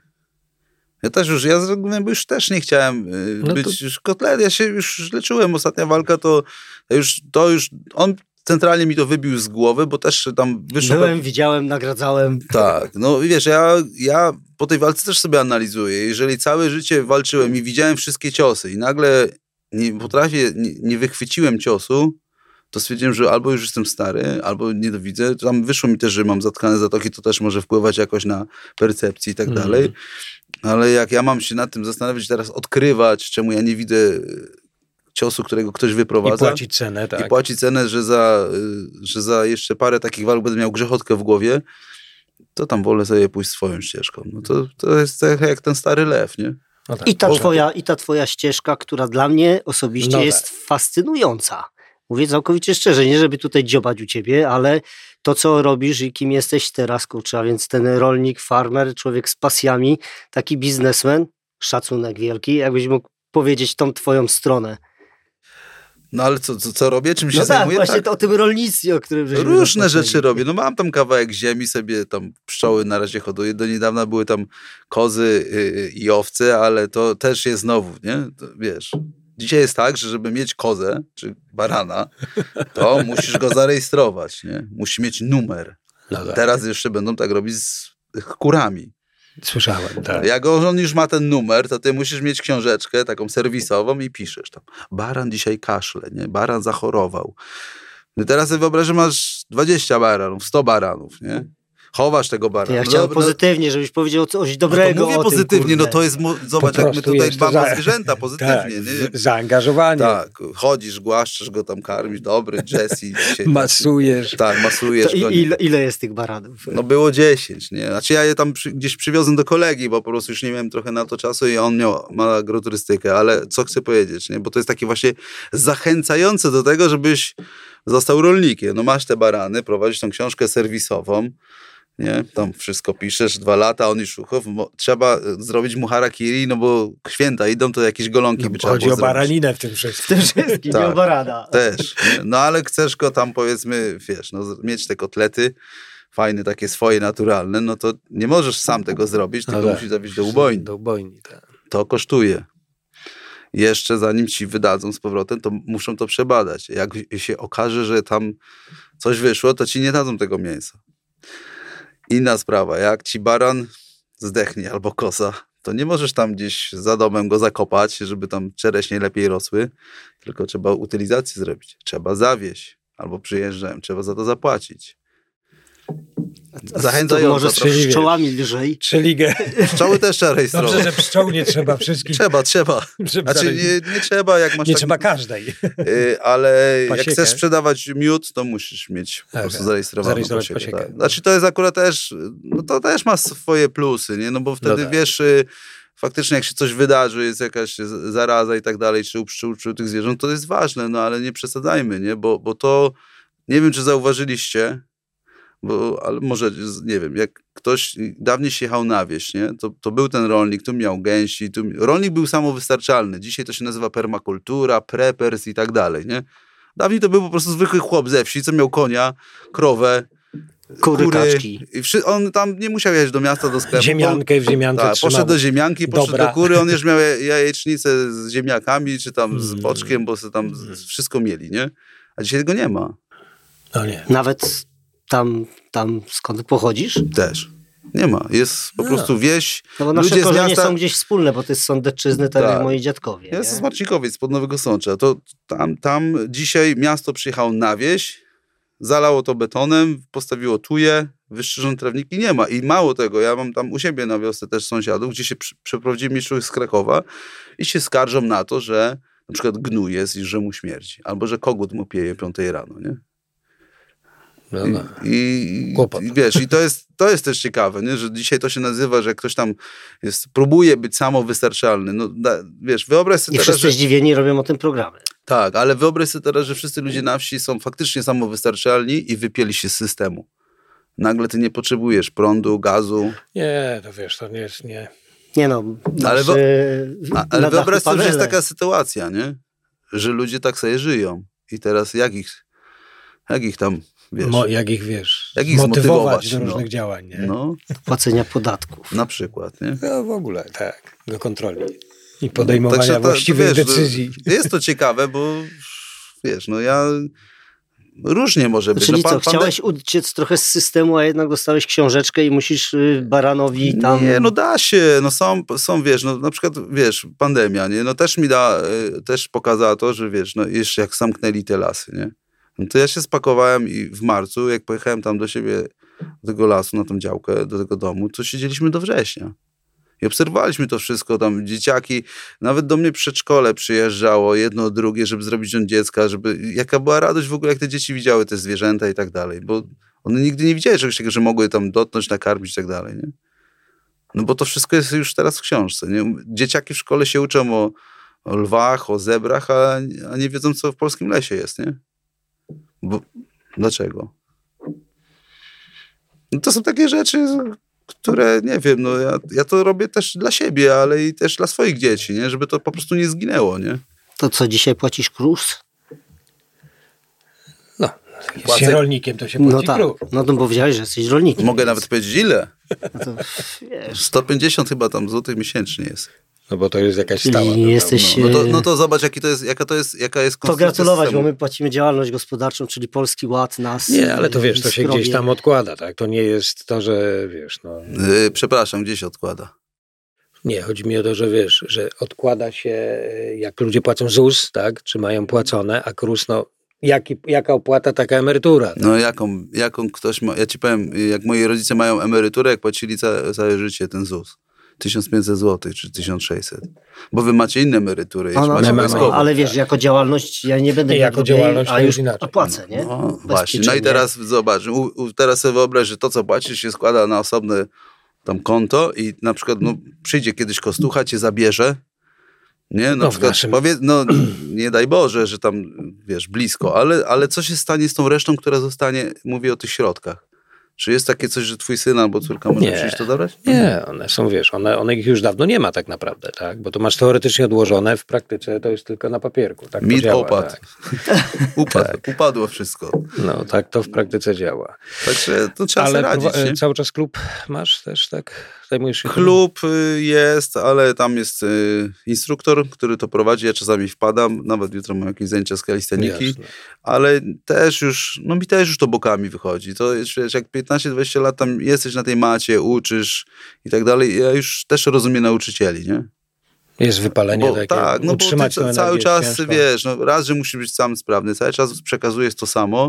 S2: Ja już też nie chciałem być już kotlet, ja się już leczyłem, ostatnia walka to już on centralnie mi to wybił z głowy, bo też tam wyszło...
S1: Widziałem, nagradzałem.
S2: Tak, no wiesz, ja po tej walce też sobie analizuję, jeżeli całe życie walczyłem i widziałem wszystkie ciosy i nagle nie wychwyciłem ciosu, to stwierdziłem, że albo już jestem stary, albo nie dowidzę. Tam wyszło mi też, że mam zatkane zatoki, to też może wpływać jakoś na percepcję i tak dalej. Ale jak ja mam się nad tym zastanawiać, teraz odkrywać, czemu ja nie widzę ciosu, którego ktoś wyprowadza.
S3: I płacić cenę, tak.
S2: I płacić cenę, że za jeszcze parę takich walk będę miał grzechotkę w głowie, to tam wolę sobie pójść swoją ścieżką. No to jest tak jak ten stary lew, nie?
S1: No tak. I ta twoja ścieżka, która dla mnie osobiście jest fascynująca. Mówię całkowicie szczerze, nie żeby tutaj dziobać u ciebie, ale to, co robisz i kim jesteś teraz, kurczę, a więc ten rolnik, farmer, człowiek z pasjami, taki biznesmen, szacunek wielki, jakbyś mógł powiedzieć tą twoją stronę.
S2: No ale co robię? Czym się zajmuję?
S1: Właśnie tak? O tym rolnictwie, o którym żeśmy
S2: różne rzeczy robię. No mam tam kawałek ziemi, sobie tam pszczoły na razie hoduję. Do niedawna były tam kozy i owce, ale to też jest znowu, nie? To, wiesz, dzisiaj jest tak, że żeby mieć kozę, czy barana, to musisz go zarejestrować, nie? Musi mieć numer. No tak. Teraz jeszcze będą tak robić z kurami.
S3: Słyszałem, tak.
S2: Jak on już ma ten numer, to ty musisz mieć książeczkę taką serwisową i piszesz tam. Baran dzisiaj kaszle, nie? Baran zachorował. No teraz sobie wyobraź, że masz 20 baranów, 100 baranów, nie? Chowasz tego barana.
S1: Ja chciałem pozytywnie, żebyś powiedział coś dobrego
S2: No to mówię
S1: o
S2: pozytywnie,
S1: tym,
S2: no to jest, zobacz jak my tutaj dbamy o zwierzęta, pozytywnie.
S3: Tak,
S2: nie?
S3: zaangażowanie.
S2: Tak, chodzisz, głaszczesz go tam, karmisz, dobry, Jesse.
S3: Masujesz.
S2: Tak, masujesz
S1: to
S2: go.
S1: ile jest tych baranów?
S2: No było 10, nie? Znaczy ja je tam gdzieś przywiozłem do kolegi, bo po prostu już nie miałem trochę na to czasu i on ma agroturystykę, ale co chcę powiedzieć, nie? Bo to jest takie właśnie zachęcające do tego, żebyś został rolnikiem. No masz te barany, prowadzisz tą książkę serwisową, nie? Tam wszystko piszesz, 2 lata, on już trzeba zrobić mu harakiri, no bo święta idą, to jakieś golonki by trzeba
S3: Chodzi
S2: było
S3: o baraninę w tym wszystkim.
S1: Wszystkim,
S2: Tak.
S1: nie o barana.
S2: Też, nie? No ale chcesz go tam powiedzmy, wiesz, no, mieć te kotlety, fajne, takie swoje, naturalne, no to nie możesz sam tego zrobić, tylko musisz zawieźć do ubojni.
S3: Do ubojni, tak.
S2: To kosztuje. Jeszcze zanim ci wydadzą z powrotem, to muszą to przebadać. Jak się okaże, że tam coś wyszło, to ci nie dadzą tego mięsa. Inna sprawa, jak ci baran zdechnie albo kosa, to nie możesz tam gdzieś za domem go zakopać, żeby tam czereśnie lepiej rosły, tylko trzeba utylizację zrobić. Trzeba zawieźć, albo przyjeżdżają, trzeba za to zapłacić. Zachęcająco.
S1: Może z
S2: trochę.
S1: pszczołami lżej.
S3: Czyli
S2: Pszczoły też trzeba rejestrować.
S3: dobrze, że pszczół nie trzeba wszystkich.
S2: Trzeba. Znaczy nie trzeba, jak masz
S3: Nie
S2: taki,
S3: trzeba każdej.
S2: ale jak
S3: pasiekę.
S2: chcesz sprzedawać miód, to musisz mieć po prostu zarejestrowaną pasiekę. Tak. Znaczy to jest akurat też, no to też ma swoje plusy, nie? No bo wtedy wiesz, faktycznie jak się coś wydarzy, jest jakaś zaraza i tak dalej, czy u pszczół, czy u tych zwierząt, to jest ważne, no ale nie przesadzajmy, nie? Bo to, nie wiem, czy zauważyliście, ale może, nie wiem, jak ktoś dawniej się jechał na wieś, nie? To był ten rolnik, tu miał gęsi, rolnik był samowystarczalny. Dzisiaj to się nazywa permakultura, preppers i tak dalej, nie? Dawniej to był po prostu zwykły chłop ze wsi, co miał konia, krowę,
S1: Kury, kaczki.
S2: On tam nie musiał jechać do miasta, do sklepu.
S3: Ziemiankę w ziemiance
S2: tak, poszedł do ziemianki, poszedł do kury, on już miał jajecznicę z ziemniakami, czy tam z boczkiem, bo tam wszystko mieli, nie? A dzisiaj tego nie ma.
S3: No nie.
S1: Nawet tam skąd pochodzisz?
S2: Też. Nie ma. Jest po prostu wieś.
S1: No bo nasze
S2: ludzie
S1: korzenie
S2: z miasta
S1: są gdzieś wspólne, bo to jest Sądecczyzny, tak jak moi dziadkowie.
S2: Ja jestem z Marcinowiec, spod Nowego Sącza. To tam dzisiaj miasto przyjechało na wieś, zalało to betonem, postawiło tuje, wystrzyżone trawniki, nie ma. I mało tego, ja mam tam u siebie na wiosce też sąsiadów, gdzie się przeprowadzili człowiek z Krakowa i się skarżą na to, że na przykład gnój jest i że mu śmierdzi. Albo że kogut mu pieje 5 rano, nie? I wiesz, i to jest też ciekawe, nie? Że dzisiaj to się nazywa, że ktoś tam próbuje być samowystarczalny. No, wiesz, wyobraź sobie
S1: I
S2: teraz,
S1: wszyscy zdziwieni robią o tym programy.
S2: Tak, ale wyobraź sobie teraz, że wszyscy ludzie na wsi są faktycznie samowystarczalni i wypięli się z systemu. Nagle ty nie potrzebujesz prądu, gazu.
S3: Nie, to wiesz, to nie jest, nie.
S1: Nie no,
S2: ale wyobraź sobie, że jest taka sytuacja, nie? Że ludzie tak sobie żyją. I teraz jak ich tam, wiesz...
S3: Jak ich, wiesz,
S2: jak ich
S3: motywować do różnych działań, nie?
S2: No.
S1: Płacenia podatków.
S2: Na przykład, nie?
S3: No w ogóle, tak. Do kontroli. I podejmowania właściwych decyzji.
S2: Jest to ciekawe, bo wiesz, no ja... Różnie może być.
S1: Czyli chciałeś uciec trochę z systemu, a jednak dostałeś książeczkę i musisz baranowi tam...
S2: Nie, no da się, no są, wiesz, no na przykład, wiesz, pandemia, nie, no też pokazała to, że wiesz, no jeszcze jak zamknęli te lasy, nie, no to ja się spakowałem i w marcu, jak pojechałem tam do siebie, do tego lasu, na tą działkę, do tego domu, to siedzieliśmy do września. I obserwowaliśmy to wszystko, tam dzieciaki, nawet do mnie przedszkole przyjeżdżało, jedno, drugie, żeby zrobić dzień dziecka, jaka była radość w ogóle, jak te dzieci widziały te zwierzęta i tak dalej, bo one nigdy nie widziały czegoś takiego, że mogły tam dotknąć, nakarmić i tak dalej, nie? No bo to wszystko jest już teraz w książce, nie? Dzieciaki w szkole się uczą o lwach, o zebrach, a nie wiedzą, co w polskim lesie jest, nie? Dlaczego? No to są takie rzeczy, które, nie wiem, no ja to robię też dla siebie, ale i też dla swoich dzieci, nie? Żeby to po prostu nie zginęło, nie?
S1: To co, dzisiaj płacisz KRUS?
S3: No, jak się rolnikiem, to się płaci
S1: no tak. No to powiedziałeś, że jesteś rolnikiem.
S2: Mogę nawet powiedzieć ile?
S1: No to, wiesz.
S2: 150 chyba tam złotych miesięcznie jest.
S3: No bo to jest jakaś stała.
S1: Jesteś...
S2: No to zobacz, jaka jest
S1: Pogratulować, bo my płacimy działalność gospodarczą, czyli Polski Ład nas...
S3: Nie, ale to wiesz, to się gdzieś tam odkłada, tak? To nie jest to, że wiesz, no...
S2: Przepraszam, gdzie się odkłada?
S3: Nie, chodzi mi o to, że wiesz, że odkłada się, jak ludzie płacą ZUS, tak? Czy mają płacone, a KRUS, no jaka opłata, taka emerytura.
S2: No jaką ktoś ma, ja ci powiem, jak moi rodzice mają emeryturę, jak płacili całe życie ten ZUS. 1500 zł czy 1600. Bo wy macie inne emerytury.
S1: Ale wiesz, jako działalność ja nie będę
S3: jako działalność
S1: a już
S3: inaczej.
S1: opłacę, nie?
S2: No właśnie. No i teraz zobacz, teraz sobie wyobraź, że to, co płacisz, się składa na osobne tam konto i na przykład przyjdzie kiedyś kostucha, cię zabierze, nie? Na przykład nie daj Boże, że tam, wiesz, blisko, ale co się stanie z tą resztą, która zostanie, mówię o tych środkach. Czy jest takie coś, że twój syn albo córka może przyjść to dobrać?
S3: Nie, one są, wiesz, one ich już dawno nie ma tak naprawdę, tak? Bo to masz teoretycznie odłożone, w praktyce to jest tylko na papierku. Tak
S2: Mit
S3: działa,
S2: opadł.
S3: Tak.
S2: Upadło wszystko.
S3: No, tak to w praktyce działa.
S2: Także to trzeba sobie radzić. Nie?
S3: Cały czas klub masz też, tak? Zajmujesz się
S2: Klub jest, ale tam jest instruktor, który to prowadzi. Ja czasami wpadam, nawet jutro mam jakieś zajęcia z kalisteniki, ale też już, mi też już to bokami wychodzi. To jest, wiesz, jak 15-20 lat tam jesteś na tej macie, uczysz i tak dalej, ja już też rozumiem nauczycieli, nie?
S3: Jest wypalenie takie.
S2: Tak, bo ty cały czas, wiesz, raz, że musisz być sam sprawny, cały czas przekazujesz to samo.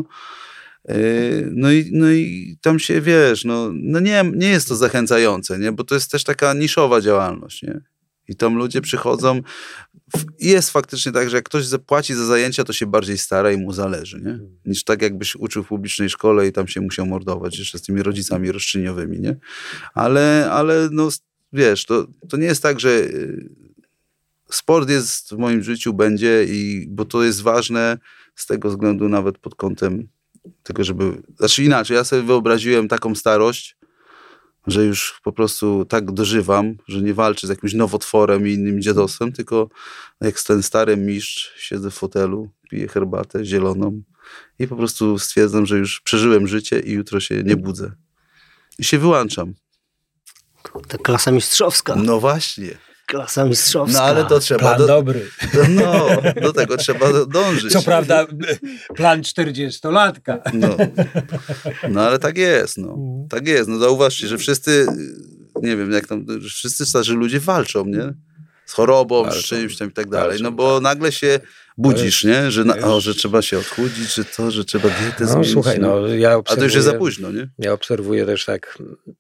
S2: No i tam się, wiesz, nie jest to zachęcające, nie? Bo to jest też taka niszowa działalność, nie? I tam ludzie przychodzą, jest faktycznie tak, że jak ktoś zapłaci za zajęcia, to się bardziej stara i mu zależy, nie? Niż tak jakbyś uczył w publicznej szkole i tam się musiał mordować jeszcze z tymi rodzicami roszczeniowymi, nie? Ale wiesz, to nie jest tak, że sport jest w moim życiu, będzie, bo to jest ważne z tego względu nawet pod kątem tego, znaczy inaczej, ja sobie wyobraziłem taką starość, że już po prostu tak dożywam, że nie walczę z jakimś nowotworem i innym dziadostwem, tylko jak ten stary mistrz, siedzę w fotelu, piję herbatę zieloną i po prostu stwierdzam, że już przeżyłem życie i jutro się nie budzę. I się wyłączam.
S1: To klasa mistrzowska.
S2: No właśnie.
S1: Klasa mistrzowska.
S2: No ale to trzeba...
S3: Plan dobry.
S2: Do tego trzeba dążyć.
S3: Co prawda plan 40-latka.
S2: No ale tak jest, Tak jest. Zauważcie, że wszyscy, nie wiem, wszyscy starzy ludzie walczą, nie? Z chorobą, z czymś tam i tak dalej. Bo nagle się budzisz, nie? Że trzeba się odchudzić, że trzeba dietę zmienić.
S3: Słuchaj,
S2: a to już jest za późno, nie?
S3: Ja obserwuję też tak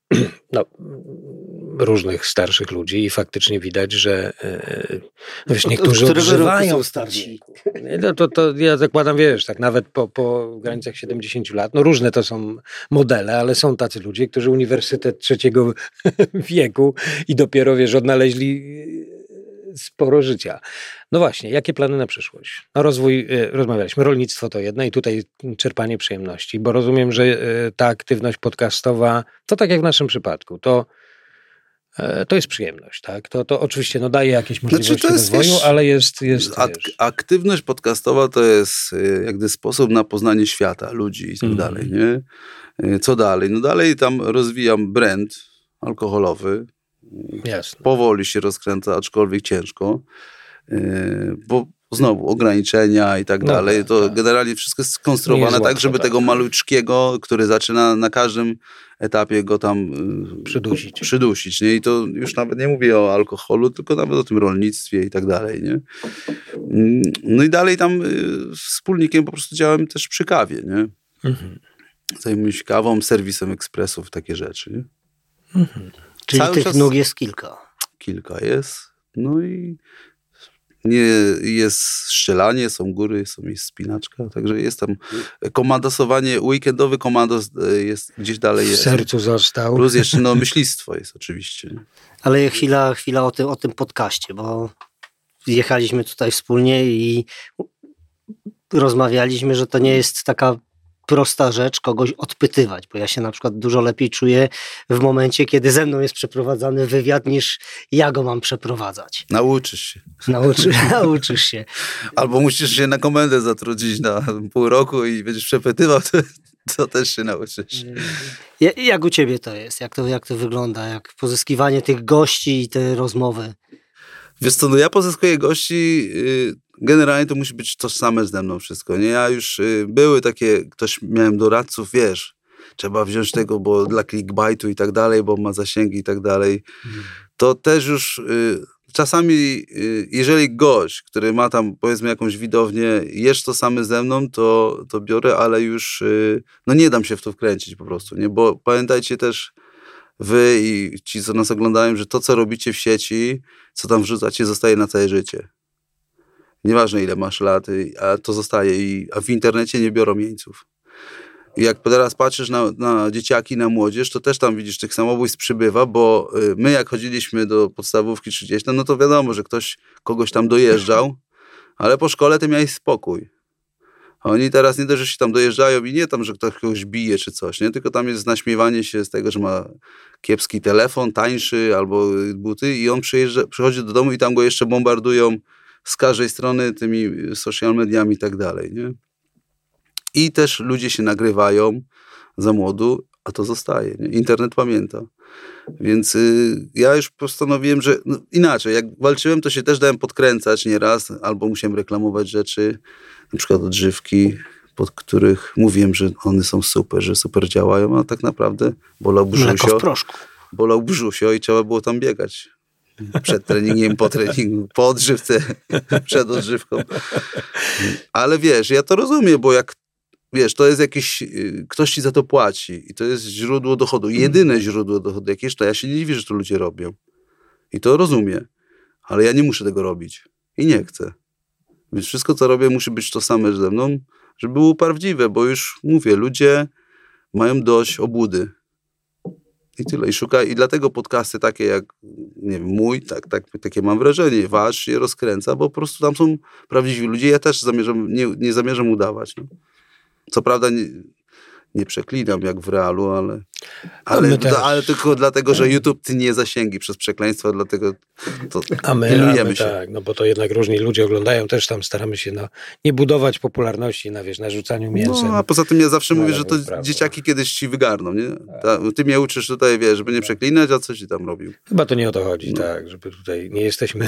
S3: różnych starszych ludzi i faktycznie widać, że wiesz, niektórzy odżywają starsi. To ja zakładam, wiesz, tak nawet po granicach 70 lat, różne to są modele, ale są tacy ludzie, którzy uniwersytet trzeciego wieku i dopiero, wiesz, odnaleźli sporo życia. No właśnie, jakie plany na przyszłość? Rozwój, rozmawialiśmy, rolnictwo to jedno i tutaj czerpanie przyjemności, bo rozumiem, że ta aktywność podcastowa, to tak jak w naszym przypadku, to jest przyjemność, tak? To oczywiście daje jakieś możliwości rozwoju, ale jest
S2: aktywność podcastowa to jest jakby sposób na poznanie świata, ludzi i tak dalej, nie? Co dalej? Dalej tam rozwijam brand alkoholowy.
S3: Jasne.
S2: Powoli się rozkręca, aczkolwiek ciężko, bo znowu ograniczenia i tak dalej. To generalnie wszystko jest skonstruowane tak, żeby tego maluczkiego, który zaczyna na każdym etapie go tam przydusić, nie? I to już nawet nie mówię o alkoholu, tylko nawet o tym rolnictwie i tak dalej, nie? No i dalej tam wspólnikiem po prostu działałem też przy kawie, nie? Zajmuję się kawą, serwisem ekspresów, takie rzeczy, nie?
S1: Czyli tych nóg jest kilka.
S2: Kilka jest. No i jest strzelanie, są góry, jest spinaczka, także jest tam komandosowanie, weekendowy komandos jest gdzieś dalej.
S3: W sercu został.
S2: Plus jeszcze myślistwo jest oczywiście. Nie?
S1: Ale chwila o tym podcaście, bo jechaliśmy tutaj wspólnie i rozmawialiśmy, że to nie jest taka prosta rzecz kogoś odpytywać, bo ja się na przykład dużo lepiej czuję w momencie, kiedy ze mną jest przeprowadzany wywiad, niż ja go mam przeprowadzać.
S2: Nauczysz się.
S1: Nauczysz się.
S2: Albo musisz się na komendę zatrudnić na pół roku i będziesz przepytywał, to też się nauczysz.
S1: Jak u ciebie to jest? Jak to wygląda? Jak pozyskiwanie tych gości i te rozmowy?
S2: Wiesz co, ja pozyskuję gości, generalnie to musi być tożsame ze mną wszystko, nie? Ja już były takie, miałem doradców, wiesz, trzeba wziąć tego, bo dla clickbaitu i tak dalej, bo ma zasięgi i tak dalej. To też już czasami, jeżeli gość, który ma tam powiedzmy jakąś widownię, jest tożsamy ze mną, to biorę, ale już no nie dam się w to wkręcić po prostu, nie? Bo pamiętajcie też wy i ci, co nas oglądają, że to, co robicie w sieci, co tam wrzucacie, zostaje na całe życie. Nieważne, ile masz lat, a to zostaje. A w internecie nie biorą jeńców. I jak teraz patrzysz na dzieciaki, na młodzież, to też tam widzisz, tych samobójstw przybywa, bo my jak chodziliśmy do podstawówki czy gdzieś, no to wiadomo, że ktoś kogoś tam dojeżdżał, ale po szkole ty miałeś spokój. A oni teraz nie dość, że się tam dojeżdżają i nie tam, że ktoś kogoś bije czy coś, nie? Tylko tam jest naśmiewanie się z tego, że ma kiepski telefon, tańszy albo buty i on przychodzi do domu i tam go jeszcze bombardują z każdej strony tymi social mediami i tak dalej, nie? I też ludzie się nagrywają za młodu, a to zostaje, nie? Internet pamięta. Więc ja już postanowiłem, że inaczej, jak walczyłem, to się też dałem podkręcać nieraz, albo musiałem reklamować rzeczy, na przykład odżywki, pod których mówiłem, że one są super, że super działają, a tak naprawdę bolał brzusio i trzeba było tam biegać. Przed treningiem, po treningu, po odżywce, przed odżywką. Ale wiesz, ja to rozumiem, bo jak wiesz, to jest jakiś, ktoś ci za to płaci i to jest źródło dochodu. Jedyne źródło dochodu jakieś, to ja się nie dziwię, że to ludzie robią. I to rozumiem. Ale ja nie muszę tego robić. I nie chcę. Więc wszystko, co robię, musi być to same ze mną, żeby było prawdziwe, bo już mówię, ludzie mają dość obłudy. I tyle. I dlatego podcasty takie jak, nie wiem, mój, takie mam wrażenie, wasz się rozkręca, bo po prostu tam są prawdziwi ludzie. Ja też nie zamierzam udawać. No. Co prawda nie przeklinam jak w realu, ale tylko dlatego, że YouTube tnie zasięgi przez przekleństwa, dlatego to pilnujemy się.
S3: Tak, no bo to jednak różni ludzie oglądają, też tam staramy się nie budować popularności na rzucaniu mięsem.
S2: No, a poza tym ja zawsze mówię, że to dzieciaki kiedyś ci wygarną, nie? Ty mnie uczysz tutaj, wiesz, żeby nie przeklinać, a co ci tam robił?
S3: Chyba to nie o to chodzi, tak, żeby tutaj nie jesteśmy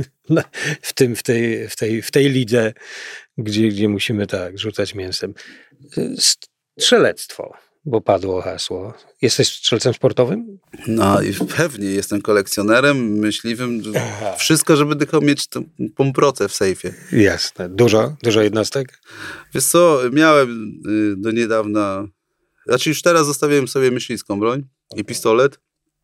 S3: w tej lidze, gdzie musimy tak rzucać mięsem. Strzelectwo, bo padło hasło. Jesteś strzelcem sportowym?
S2: No i pewnie, jestem kolekcjonerem, myśliwym. Aha. Wszystko, żeby tylko mieć tą pomprocę w sejfie.
S3: Jasne. Dużo jednostek?
S2: Wiesz co, miałem do niedawna, znaczy już teraz zostawiłem sobie myśliwską broń i pistolet,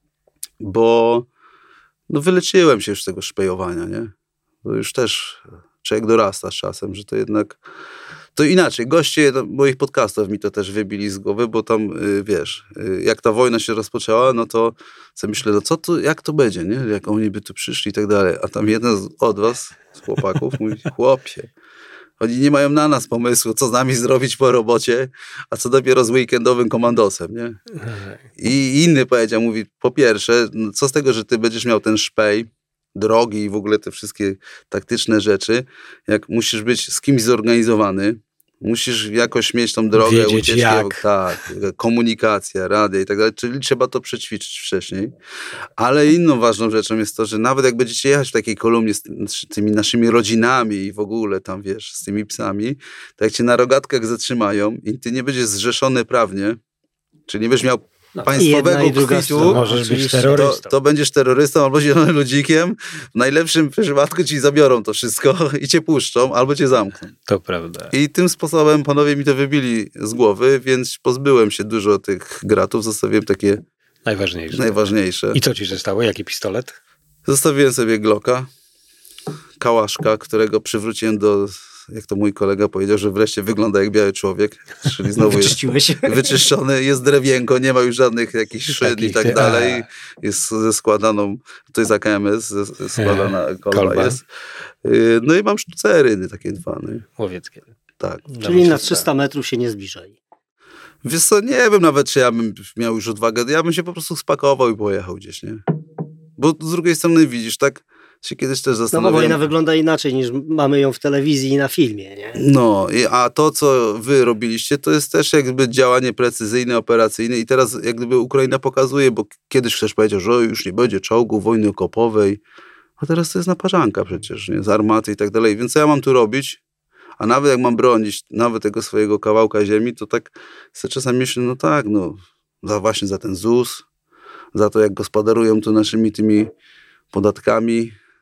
S2: bo wyleczyłem się już z tego szpejowania, nie? Bo już też człowiek dorasta z czasem, że to jednak... To inaczej, goście moich podcastów mi to też wybili z głowy, bo tam, wiesz, jak ta wojna się rozpoczęła, no to sobie myślę, no co to, jak to będzie, nie? Jak oni by tu przyszli i tak dalej. A tam jeden od was, z chłopaków, mówi, chłopie, oni nie mają na nas pomysłu, co z nami zrobić po robocie, a co dopiero z weekendowym komandosem, nie? I inny powiedział, mówi, po pierwsze, co z tego, że ty będziesz miał ten szpej, drogi i w ogóle te wszystkie taktyczne rzeczy, jak musisz być z kimś zorganizowany, musisz jakoś mieć tą drogę, ucieczkę, tak, komunikacja, radia i tak dalej, czyli trzeba to przećwiczyć wcześniej. Ale inną ważną rzeczą jest to, że nawet jak będziecie jechać w takiej kolumnie z tymi naszymi rodzinami i w ogóle tam, wiesz, z tymi psami, to jak cię na rogatkach zatrzymają i ty nie będziesz zrzeszony prawnie, czyli nie będziesz miał państwowego kwitu,
S3: możesz być terrorystą.
S2: To będziesz terrorystą albo zielonym ludzikiem. W najlepszym przypadku ci zabiorą to wszystko i cię puszczą albo cię zamkną.
S3: To prawda.
S2: I tym sposobem panowie mi to wybili z głowy, więc pozbyłem się dużo tych gratów, zostawiłem takie najważniejsze.
S3: I co ci się stało? Jaki pistolet?
S2: Zostawiłem sobie Glocka, kałaszka, którego przywróciłem do... Jak to mój kolega powiedział, że wreszcie wygląda jak biały człowiek, czyli znowu jest wyczyszczony, jest drewienko, nie ma już żadnych jakichś szyn i tak dalej. Jest ze składaną, to jest AKMS, składana kolba jest. No i mam sztucery takie dwa.
S3: Łowieckie.
S2: Tak.
S1: Czyli na 300 metrów się nie zbliżaj.
S2: Wiesz co, nie wiem nawet, czy ja bym miał już odwagę, ja bym się po prostu spakował i pojechał gdzieś, nie? Bo z drugiej strony widzisz, tak się kiedyś też zastanawiam.
S1: No bo wojna wygląda inaczej niż mamy ją w telewizji i na filmie, nie?
S2: No, a to, co wy robiliście, to jest też jakby działanie precyzyjne, operacyjne i teraz jak gdyby Ukraina pokazuje, bo kiedyś ktoś powiedział, że już nie będzie czołgu, wojny okopowej, a teraz to jest naparzanka przecież, nie? Z armaty i tak dalej, więc co ja mam tu robić? A nawet jak mam bronić nawet tego swojego kawałka ziemi, to tak sobie czasami myślę, no tak, właśnie za ten ZUS, za to, jak gospodarują tu naszymi tymi podatkami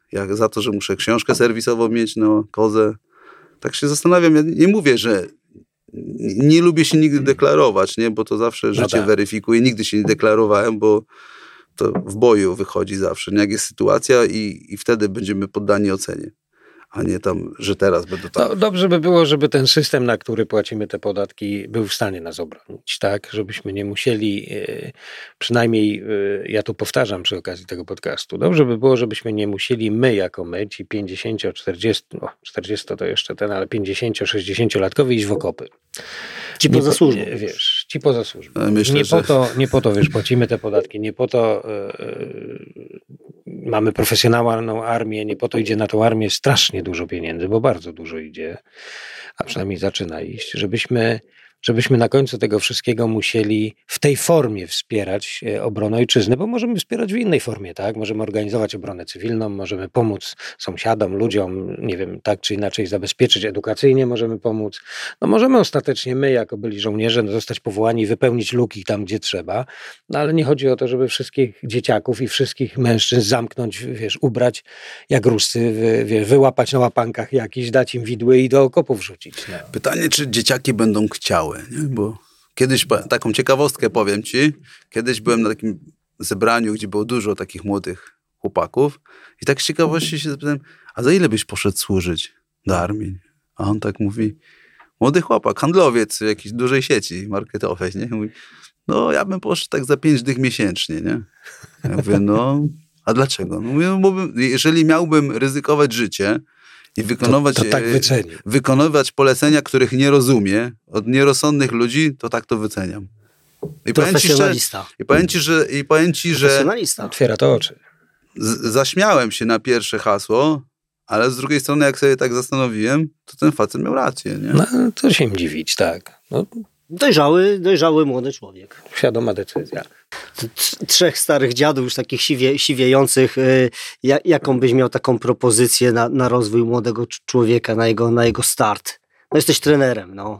S2: jak za to, że muszę książkę serwisową mieć, no, kozę. Tak się zastanawiam, ja nie mówię, że nie lubię się nigdy deklarować, nie, bo to zawsze życie weryfikuje. Nigdy się nie deklarowałem, bo to w boju wychodzi zawsze, nie? Jak jest sytuacja i wtedy będziemy poddani ocenie. A nie tam, że teraz będę tak.
S3: No, dobrze by było, żeby ten system, na który płacimy te podatki, był w stanie nas obronić, tak? Żebyśmy nie musieli, przynajmniej ja tu powtarzam przy okazji tego podcastu, dobrze by było, żebyśmy nie musieli my, ci 50, 40, 40 to jeszcze ale 50, 60-latkowie iść w okopy.
S1: Ci poza służbą.
S3: Wiesz, ci poza służbą.
S2: Myślę,
S3: nie po to, wiesz, płacimy te podatki, nie po to mamy profesjonalną armię, nie po to idzie na tą armię strasznie dużo pieniędzy, bo bardzo dużo idzie, a przynajmniej zaczyna iść, żebyśmy na końcu tego wszystkiego musieli w tej formie wspierać obronę ojczyzny, bo możemy wspierać w innej formie, tak? Możemy organizować obronę cywilną, możemy pomóc sąsiadom, ludziom, nie wiem, tak czy inaczej zabezpieczyć edukacyjnie, możemy pomóc. No możemy ostatecznie my, jako byli żołnierze, zostać powołani i wypełnić luki tam, gdzie trzeba, no ale nie chodzi o to, żeby wszystkich dzieciaków i wszystkich mężczyzn zamknąć, wiesz, ubrać jak Ruscy, wyłapać na łapankach jakiś, dać im widły i do okopów rzucić. No.
S2: Pytanie, czy dzieciaki będą chciały, nie? Bo kiedyś, taką ciekawostkę powiem ci, kiedyś byłem na takim zebraniu, gdzie było dużo takich młodych chłopaków i tak z ciekawości się zapytałem, a za ile byś poszedł służyć do armii? A on tak mówi, młody chłopak, handlowiec jakiejś dużej sieci marketowej, nie? Mówi, no ja bym poszedł tak za 5 dych miesięcznie, nie? Ja mówię, no, a dlaczego? No mówię, bo jeżeli miałbym ryzykować życie i wykonywać polecenia, których nie rozumie, od nierozsądnych ludzi, to tak to wyceniam.
S1: Profesjonalista.
S2: I powiem ci, że
S3: otwiera to oczy.
S2: Zaśmiałem się na pierwsze hasło, ale z drugiej strony, jak sobie tak zastanowiłem, to ten facet miał rację. Nie?
S3: No, to się im dziwić, tak. No.
S1: Dojrzały młody człowiek.
S3: Świadoma decyzja.
S1: 3 starych dziadów, już takich siwiejących. Jaką byś miał taką propozycję na rozwój młodego człowieka, na jego start? No jesteś trenerem, no.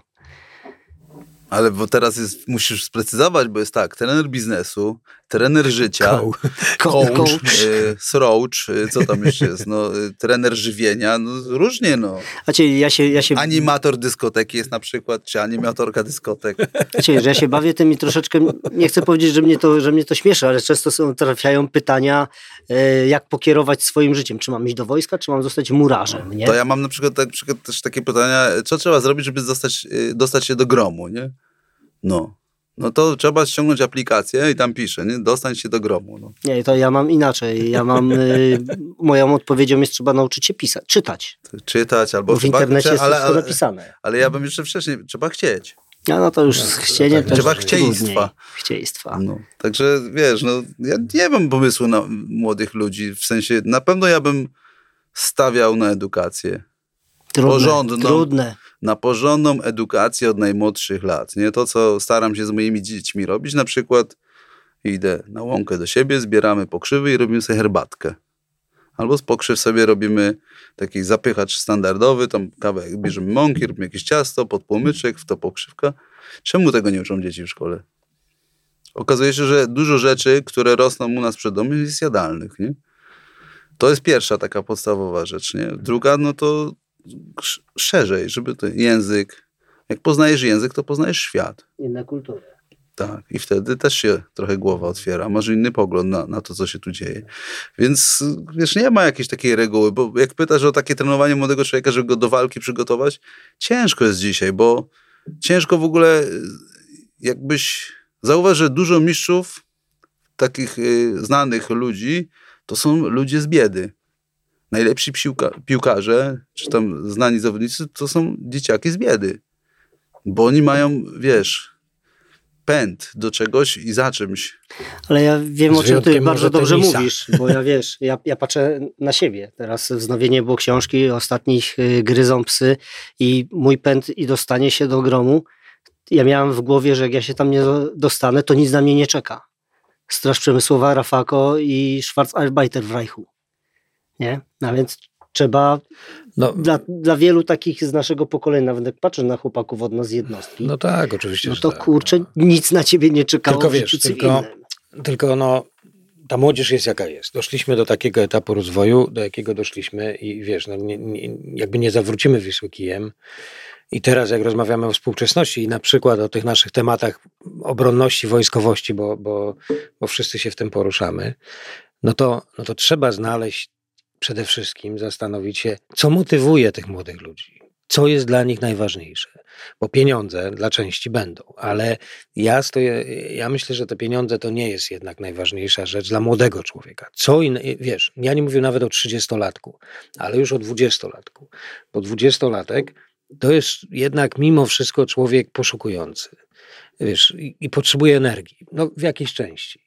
S2: Ale bo teraz musisz sprecyzować, bo jest tak, trener biznesu, trener życia, coach, sroach, co tam jeszcze jest, no, trener żywienia, no różnie, no. Animator dyskoteki jest na przykład, czy animatorka dyskotek.
S1: Że ja się bawię tym i troszeczkę, nie chcę powiedzieć, że mnie to śmieszy, ale często trafiają pytania, jak pokierować swoim życiem. Czy mam iść do wojska, czy mam zostać murarzem, nie?
S2: To ja mam na przykład też takie pytania, co trzeba zrobić, żeby dostać się do gromu, nie? No to trzeba ściągnąć aplikację i tam pisze, nie? Dostań się do gromu. No.
S1: Nie, to ja mam inaczej. Moją odpowiedzią jest, trzeba nauczyć się czytać.
S2: Czytać albo
S1: w internecie jest wszystko napisane.
S2: Ale ja bym jeszcze wcześniej, trzeba chcieć.
S1: No to już chcienie też
S2: trzeba chcieństwa. No, także wiesz, no, ja nie mam pomysłu na młodych ludzi, w sensie na pewno ja bym stawiał na edukację.
S1: Trudne.
S2: Na porządną edukację od najmłodszych lat. Nie? To, co staram się z moimi dziećmi robić, na przykład idę na łąkę do siebie, zbieramy pokrzywy i robimy sobie herbatkę. Albo z pokrzyw sobie robimy taki zapychacz standardowy, tam kawałek bierzemy mąki, robimy jakieś ciasto, podpłomyczek, w to pokrzywka. Czemu tego nie uczą dzieci w szkole? Okazuje się, że dużo rzeczy, które rosną u nas przed domem, jest jadalnych. Nie? To jest pierwsza taka podstawowa rzecz. Nie? Druga, no to szerzej, żeby to język. Jak poznajesz język, to poznajesz świat.
S1: Inna kultura.
S2: Tak, i wtedy też się trochę głowa otwiera. Masz inny pogląd na to, co się tu dzieje. Więc wiesz, nie ma jakiejś takiej reguły, bo jak pytasz o takie trenowanie młodego człowieka, żeby go do walki przygotować, ciężko jest dzisiaj, bo ciężko w ogóle jakbyś zauważył, że dużo mistrzów, takich znanych ludzi, to są ludzie z biedy. Najlepsi piłkarze, czy tam znani zawodnicy, to są dzieciaki z biedy. Bo oni mają, wiesz, pęd do czegoś i za czymś.
S1: Ale ja wiem, o czym ty bardzo dobrze mówisz, bo ja patrzę na siebie. Teraz wznowienie było książki, ostatnich Gryzą psy i mój pęd i dostanie się do gromu. Ja miałem w głowie, że jak ja się tam nie dostanę, to nic na mnie nie czeka. Straż Przemysłowa, Rafako i Schwarzarbeiter w Reichu. Nie? A więc trzeba dla wielu takich z naszego pokolenia, nawet jak patrzę na chłopaków od nas z jednostki.
S3: No tak, oczywiście.
S1: No to kurczę, nic na ciebie nie czekało
S3: tylko
S1: w życiu cywilnym.
S3: Tylko ta młodzież jest jaka jest. Doszliśmy do takiego etapu rozwoju, do jakiego doszliśmy i wiesz, no jakby nie zawrócimy Wisły kijem. I teraz jak rozmawiamy o współczesności i na przykład o tych naszych tematach obronności, wojskowości, bo wszyscy się w tym poruszamy, no to trzeba znaleźć przede wszystkim, zastanowić się, co motywuje tych młodych ludzi. Co jest dla nich najważniejsze? Bo pieniądze dla części będą, ale ja myślę, że te pieniądze to nie jest jednak najważniejsza rzecz dla młodego człowieka. Wiesz, ja nie mówię nawet o 30-latku, ale już o 20-latku. Bo 20-latek to jest jednak mimo wszystko człowiek poszukujący. Wiesz, i potrzebuje energii. No w jakiejś części.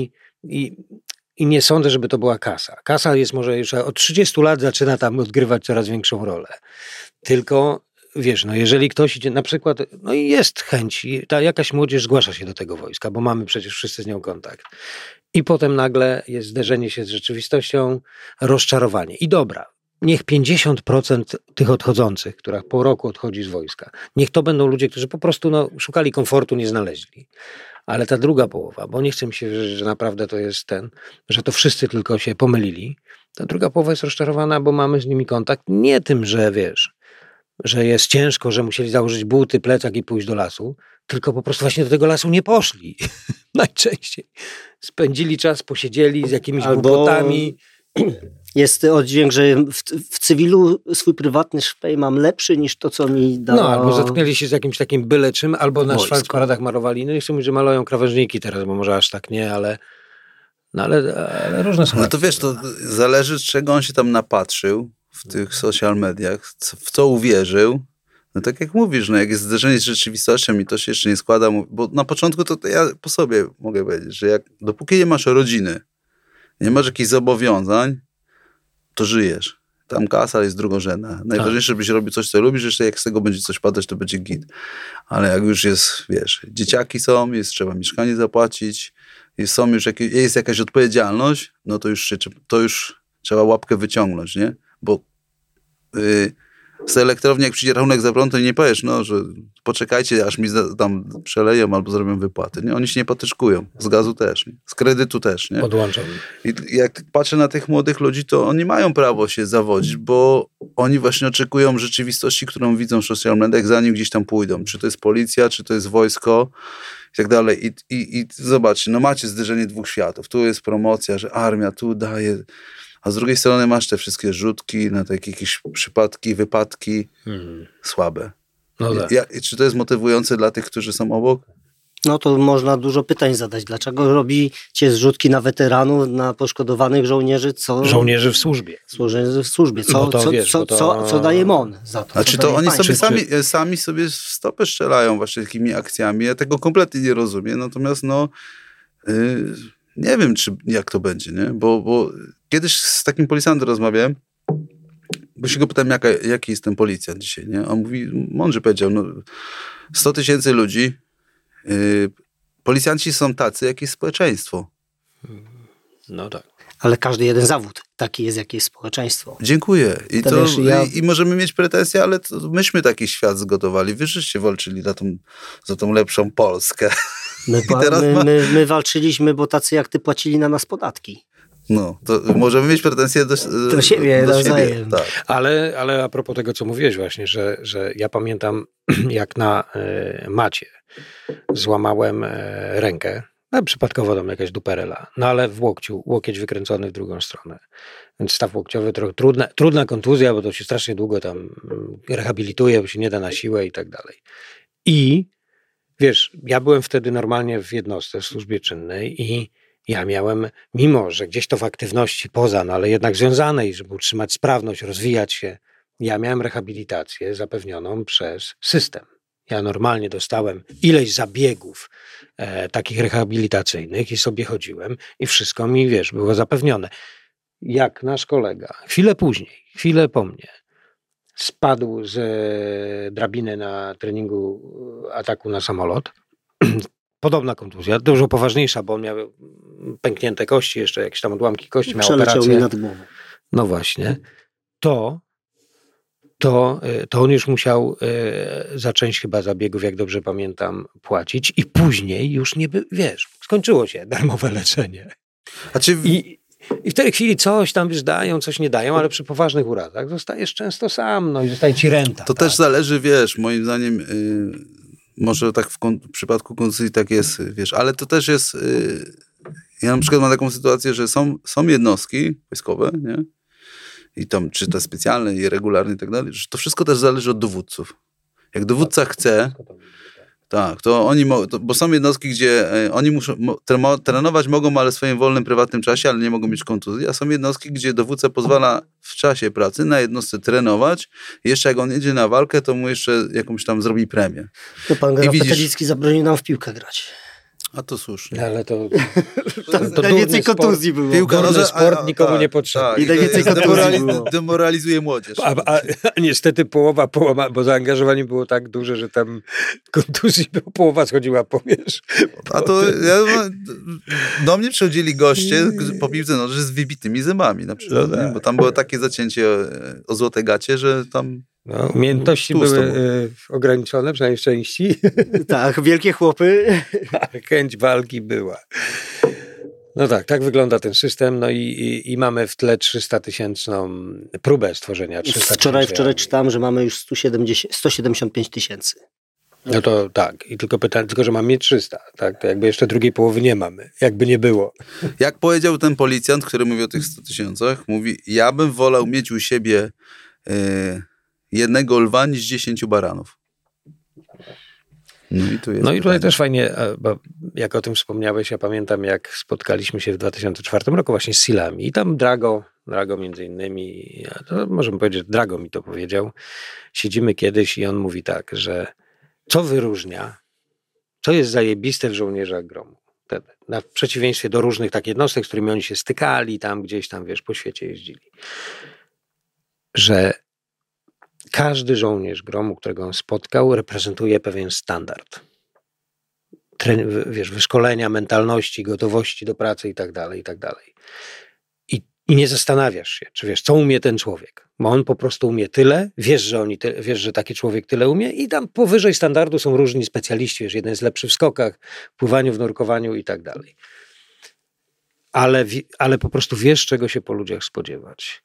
S3: I nie sądzę, żeby to była kasa. Kasa jest może już od 30 lat zaczyna tam odgrywać coraz większą rolę. Tylko, wiesz, no jeżeli ktoś idzie, na przykład, no i jest chęć, jakaś młodzież zgłasza się do tego wojska, bo mamy przecież wszyscy z nią kontakt. I potem nagle jest zderzenie się z rzeczywistością, rozczarowanie. I dobra, niech 50% tych odchodzących, która po roku odchodzi z wojska, niech to będą ludzie, którzy po prostu szukali komfortu, nie znaleźli. Ale ta druga połowa, bo nie chcę mi się wierzyć, że naprawdę to jest że to wszyscy tylko się pomylili. Ta druga połowa jest rozczarowana, bo mamy z nimi kontakt. Nie tym, że wiesz, że jest ciężko, że musieli założyć buty, plecak i pójść do lasu, tylko po prostu właśnie do tego lasu nie poszli. Najczęściej. Spędzili czas, posiedzieli z jakimiś głupotami.
S1: Jest oddźwięk, że w cywilu swój prywatny szpej mam lepszy niż to, co mi dało.
S3: No, albo zetknęli się z jakimś takim byle czym, albo na szwalcparadach malowali. No nie chcę mówić, że malują krawężniki teraz, bo może aż tak nie, ale różne są.
S2: No to wiesz, to zależy, z czego on się tam napatrzył w tych social mediach, w co uwierzył. No tak jak mówisz, no jak jest zderzenie z rzeczywistością i to się jeszcze nie składa, bo na początku to ja po sobie mogę powiedzieć, że dopóki nie masz rodziny, nie masz jakichś zobowiązań, to żyjesz. Tam kasa jest drugorzędna. Najważniejsze, żebyś robił coś, co lubisz, jeszcze jak z tego będzie coś padać, to będzie git. Ale jak już jest, wiesz, dzieciaki są, trzeba mieszkanie zapłacić, jest jakaś odpowiedzialność, no to już trzeba łapkę wyciągnąć, nie? Bo z elektrowni, jak przyjdzie rachunek za prąd, to nie powiesz, no, że poczekajcie, aż mi tam przeleją albo zrobią wypłaty. Nie? Oni się nie patyczkują. Z gazu też, nie? Z kredytu też. Nie?
S3: Podłączam.
S2: I jak patrzę na tych młodych ludzi, to oni mają prawo się zawodzić, bo oni właśnie oczekują rzeczywistości, którą widzą w social mediach, zanim gdzieś tam pójdą. Czy to jest policja, czy to jest wojsko i tak dalej. I zobaczcie, no macie zderzenie dwóch światów. Tu jest promocja, że armia tu daje... A z drugiej strony masz te wszystkie rzutki na takie jakieś przypadki, wypadki słabe.
S3: No tak.
S2: Czy to jest motywujące dla tych, którzy są obok?
S1: No to można dużo pytań zadać. Dlaczego robicie zrzutki na weteranów, na poszkodowanych żołnierzy?
S3: Żołnierzy w służbie.
S1: W służbie. Co daje MON za to?
S2: Znaczy to oni sobie sami sobie w stopę strzelają właśnie takimi akcjami. Ja tego kompletnie nie rozumiem. Natomiast nie wiem, jak to będzie, nie? Bo kiedyś z takim policjantem rozmawiałem, bo się go pytałem, jaki jest ten policjant dzisiaj, nie? On mądrze powiedział, 100 000 ludzi, policjanci są tacy, jak jest społeczeństwo.
S3: No tak.
S1: Ale każdy jeden zawód taki jest, jakie jest społeczeństwo.
S2: Dziękuję. I możemy mieć pretensje, ale myśmy taki świat zgotowali. Wy żeście walczyli za tą lepszą Polskę.
S1: My walczyliśmy, bo tacy jak ty płacili na nas podatki.
S2: No, to możemy mieć pretensje do
S1: siebie.
S2: Tak.
S3: Ale a propos tego, co mówiłeś właśnie, że ja pamiętam, jak na macie złamałem rękę. No, przypadkowo tam jakaś duperela. No ale w łokciu, łokieć wykręcony w drugą stronę. Więc staw łokciowy trochę trudna kontuzja, bo to się strasznie długo tam rehabilituje, bo się nie da na siłę i tak dalej. I wiesz, ja byłem wtedy normalnie w jednostce, w służbie czynnej i ja miałem, mimo że gdzieś to w aktywności poza, no ale jednak związanej, żeby utrzymać sprawność, rozwijać się, ja miałem rehabilitację zapewnioną przez system. Ja normalnie dostałem ileś zabiegów takich rehabilitacyjnych i sobie chodziłem i wszystko mi, wiesz, było zapewnione. Jak nasz kolega, chwilę po mnie, spadł z drabiny na treningu ataku na samolot. Podobna kontuzja, dużo poważniejsza, bo on miał pęknięte kości, jeszcze jakieś tam odłamki kości, miał operację.
S1: Przeleciał mi nad głową.
S3: No właśnie. To on już musiał za część chyba zabiegów, jak dobrze pamiętam, płacić i później już nie, wiesz, skończyło się darmowe leczenie. I w tej chwili coś tam wiesz, dają, coś nie dają, ale przy poważnych urazach zostajesz często sam, no i zostaje ci renta.
S2: To też zależy, wiesz, moim zdaniem, może tak w przypadku kontuzji tak jest, wiesz, ale to też jest, ja na przykład mam taką sytuację, że są jednostki wojskowe, nie? I tam, czy te specjalne, i regularne i tak dalej, że to wszystko też zależy od dowódców. Jak dowódca chce, tak, to oni bo są jednostki, gdzie oni muszą trenować mogą, ale w swoim wolnym, prywatnym czasie, ale nie mogą mieć kontuzji, a są jednostki, gdzie dowódca pozwala w czasie pracy na jednostce trenować i jeszcze jak on jedzie na walkę, to mu jeszcze jakąś tam zrobi premię.
S1: To pan Petelicki zabronił nam w piłkę grać.
S2: A to słusznie.
S3: Ale to
S1: najwięcej kontuzji było.
S2: Piłka
S3: nożna, sport nikomu nie potrzebny.
S2: Tak,
S1: I najwięcej kontuzji było.
S2: Demoralizuje młodzież.
S3: A niestety połowa, bo zaangażowanie było tak duże, że tam kontuzji było, połowa schodziła pomierz.
S2: A to do mnie przychodzili goście po piłce nożnej z wybitnymi zębami na przykład,
S3: No tak.
S2: bo tam było takie zacięcie o złote gacie, że tam...
S3: No, umiejętności były ograniczone, przynajmniej w części.
S1: Tak, wielkie chłopy.
S3: Ale chęć walki była. No tak wygląda ten system. No i mamy w tle 300-tysięczną próbę stworzenia 300
S1: Wczoraj czytałem, że mamy już 175 tysięcy.
S3: No to tak. I tylko że mam mieć 300. Tak? To jakby jeszcze drugiej połowy nie mamy. Jakby nie było.
S2: Jak powiedział ten policjant, który mówi o tych 100 tysiącach, mówi, ja bym wolał mieć u siebie jednego lwa niż 10 baranów. No i
S3: tutaj też fajnie, bo jak o tym wspomniałeś, ja pamiętam, jak spotkaliśmy się w 2004 roku właśnie z Silami i tam Drago między innymi, to możemy powiedzieć, Drago mi to powiedział, siedzimy kiedyś i on mówi tak, że co wyróżnia, co jest zajebiste w żołnierzach gromu, w przeciwieństwie do różnych tak jednostek, z którymi oni się stykali, tam gdzieś tam, wiesz, po świecie jeździli, że każdy żołnierz gromu, którego on spotkał, reprezentuje pewien standard. Wiesz, wyszkolenia, mentalności, gotowości do pracy i tak dalej, i tak dalej. I nie zastanawiasz się, czy wiesz, co umie ten człowiek. Bo on po prostu umie tyle, wiesz, że taki człowiek tyle umie i tam powyżej standardu są różni specjaliści. Wiesz, jeden jest lepszy w skokach, pływaniu, w nurkowaniu i tak dalej. Ale po prostu wiesz, czego się po ludziach spodziewać.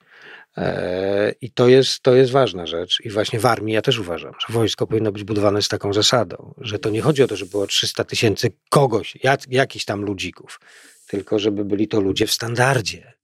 S3: I to jest ważna rzecz. I właśnie w armii ja też uważam, że wojsko powinno być budowane z taką zasadą, że to nie chodzi o to, żeby było 300 tysięcy kogoś, jakichś tam ludzików, tylko żeby byli to ludzie w standardzie.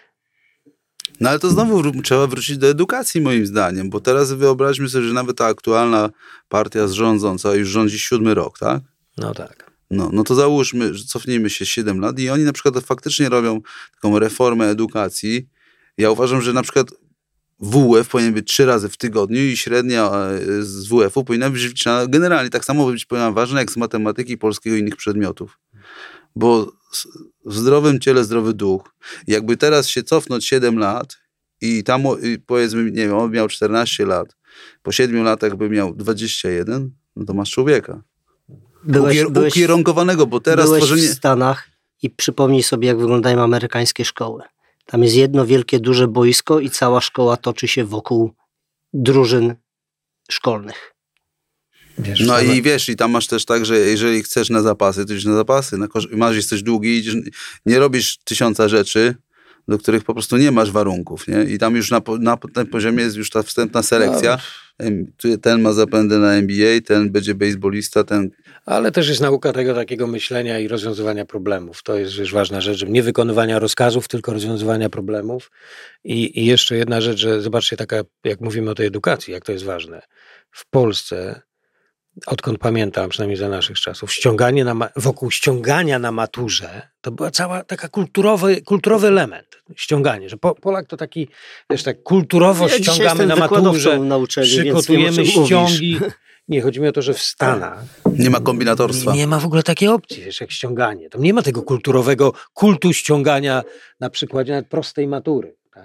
S2: No ale to znowu trzeba wrócić do edukacji moim zdaniem, bo teraz wyobraźmy sobie, że nawet ta aktualna partia rządząca już rządzi 7 rok, tak?
S3: No tak.
S2: No to załóżmy, że cofnijmy się 7 lat i oni na przykład faktycznie robią taką reformę edukacji. Ja uważam, że na przykład WF powinien być 3 razy w tygodniu i średnia z WF-u powinna być wyliczana generalnie. Tak samo być powinna ważna jak z matematyki, polskiego i innych przedmiotów. Bo w zdrowym ciele zdrowy duch. Jakby teraz się cofnąć 7 lat i tam powiedzmy, nie wiem, on miał 14 lat, po 7 latach by miał 21, no to masz człowieka. Ukierunkowanego, bo teraz
S1: byłeś
S2: tworzenie...
S1: w Stanach i przypomnij sobie, jak wyglądają amerykańskie szkoły. Tam jest jedno wielkie, duże boisko i cała szkoła toczy się wokół drużyn szkolnych.
S3: Wiesz,
S2: i wiesz, i tam masz też tak, że jeżeli chcesz na zapasy, to idziesz na zapasy. Masz, jesteś długi, idziesz, nie robisz 1000 rzeczy, do których po prostu nie masz warunków, nie? I tam już na tym poziomie jest już ta wstępna selekcja. Ten ma zapędy na NBA, ten będzie baseballista, ten...
S3: Ale też jest nauka tego takiego myślenia i rozwiązywania problemów. To jest już ważna rzecz, żeby nie wykonywania rozkazów, tylko rozwiązywania problemów. I jeszcze jedna rzecz, że zobaczcie, taka, jak mówimy o tej edukacji, jak to jest ważne. W Polsce, odkąd pamiętam, przynajmniej za naszych czasów, wokół ściągania na maturze, to była cała taka kulturowy element. Ściąganie, że Polak to taki, wiesz, tak kulturowo ściągamy na maturze, przygotujemy ściągi. Nie, chodzi mi o to, że w Stanach
S2: nie ma kombinatorstwa.
S3: Nie ma w ogóle takiej opcji, wiesz, jak ściąganie. Tam nie ma tego kulturowego kultu ściągania na przykładzie nawet prostej matury. Tak?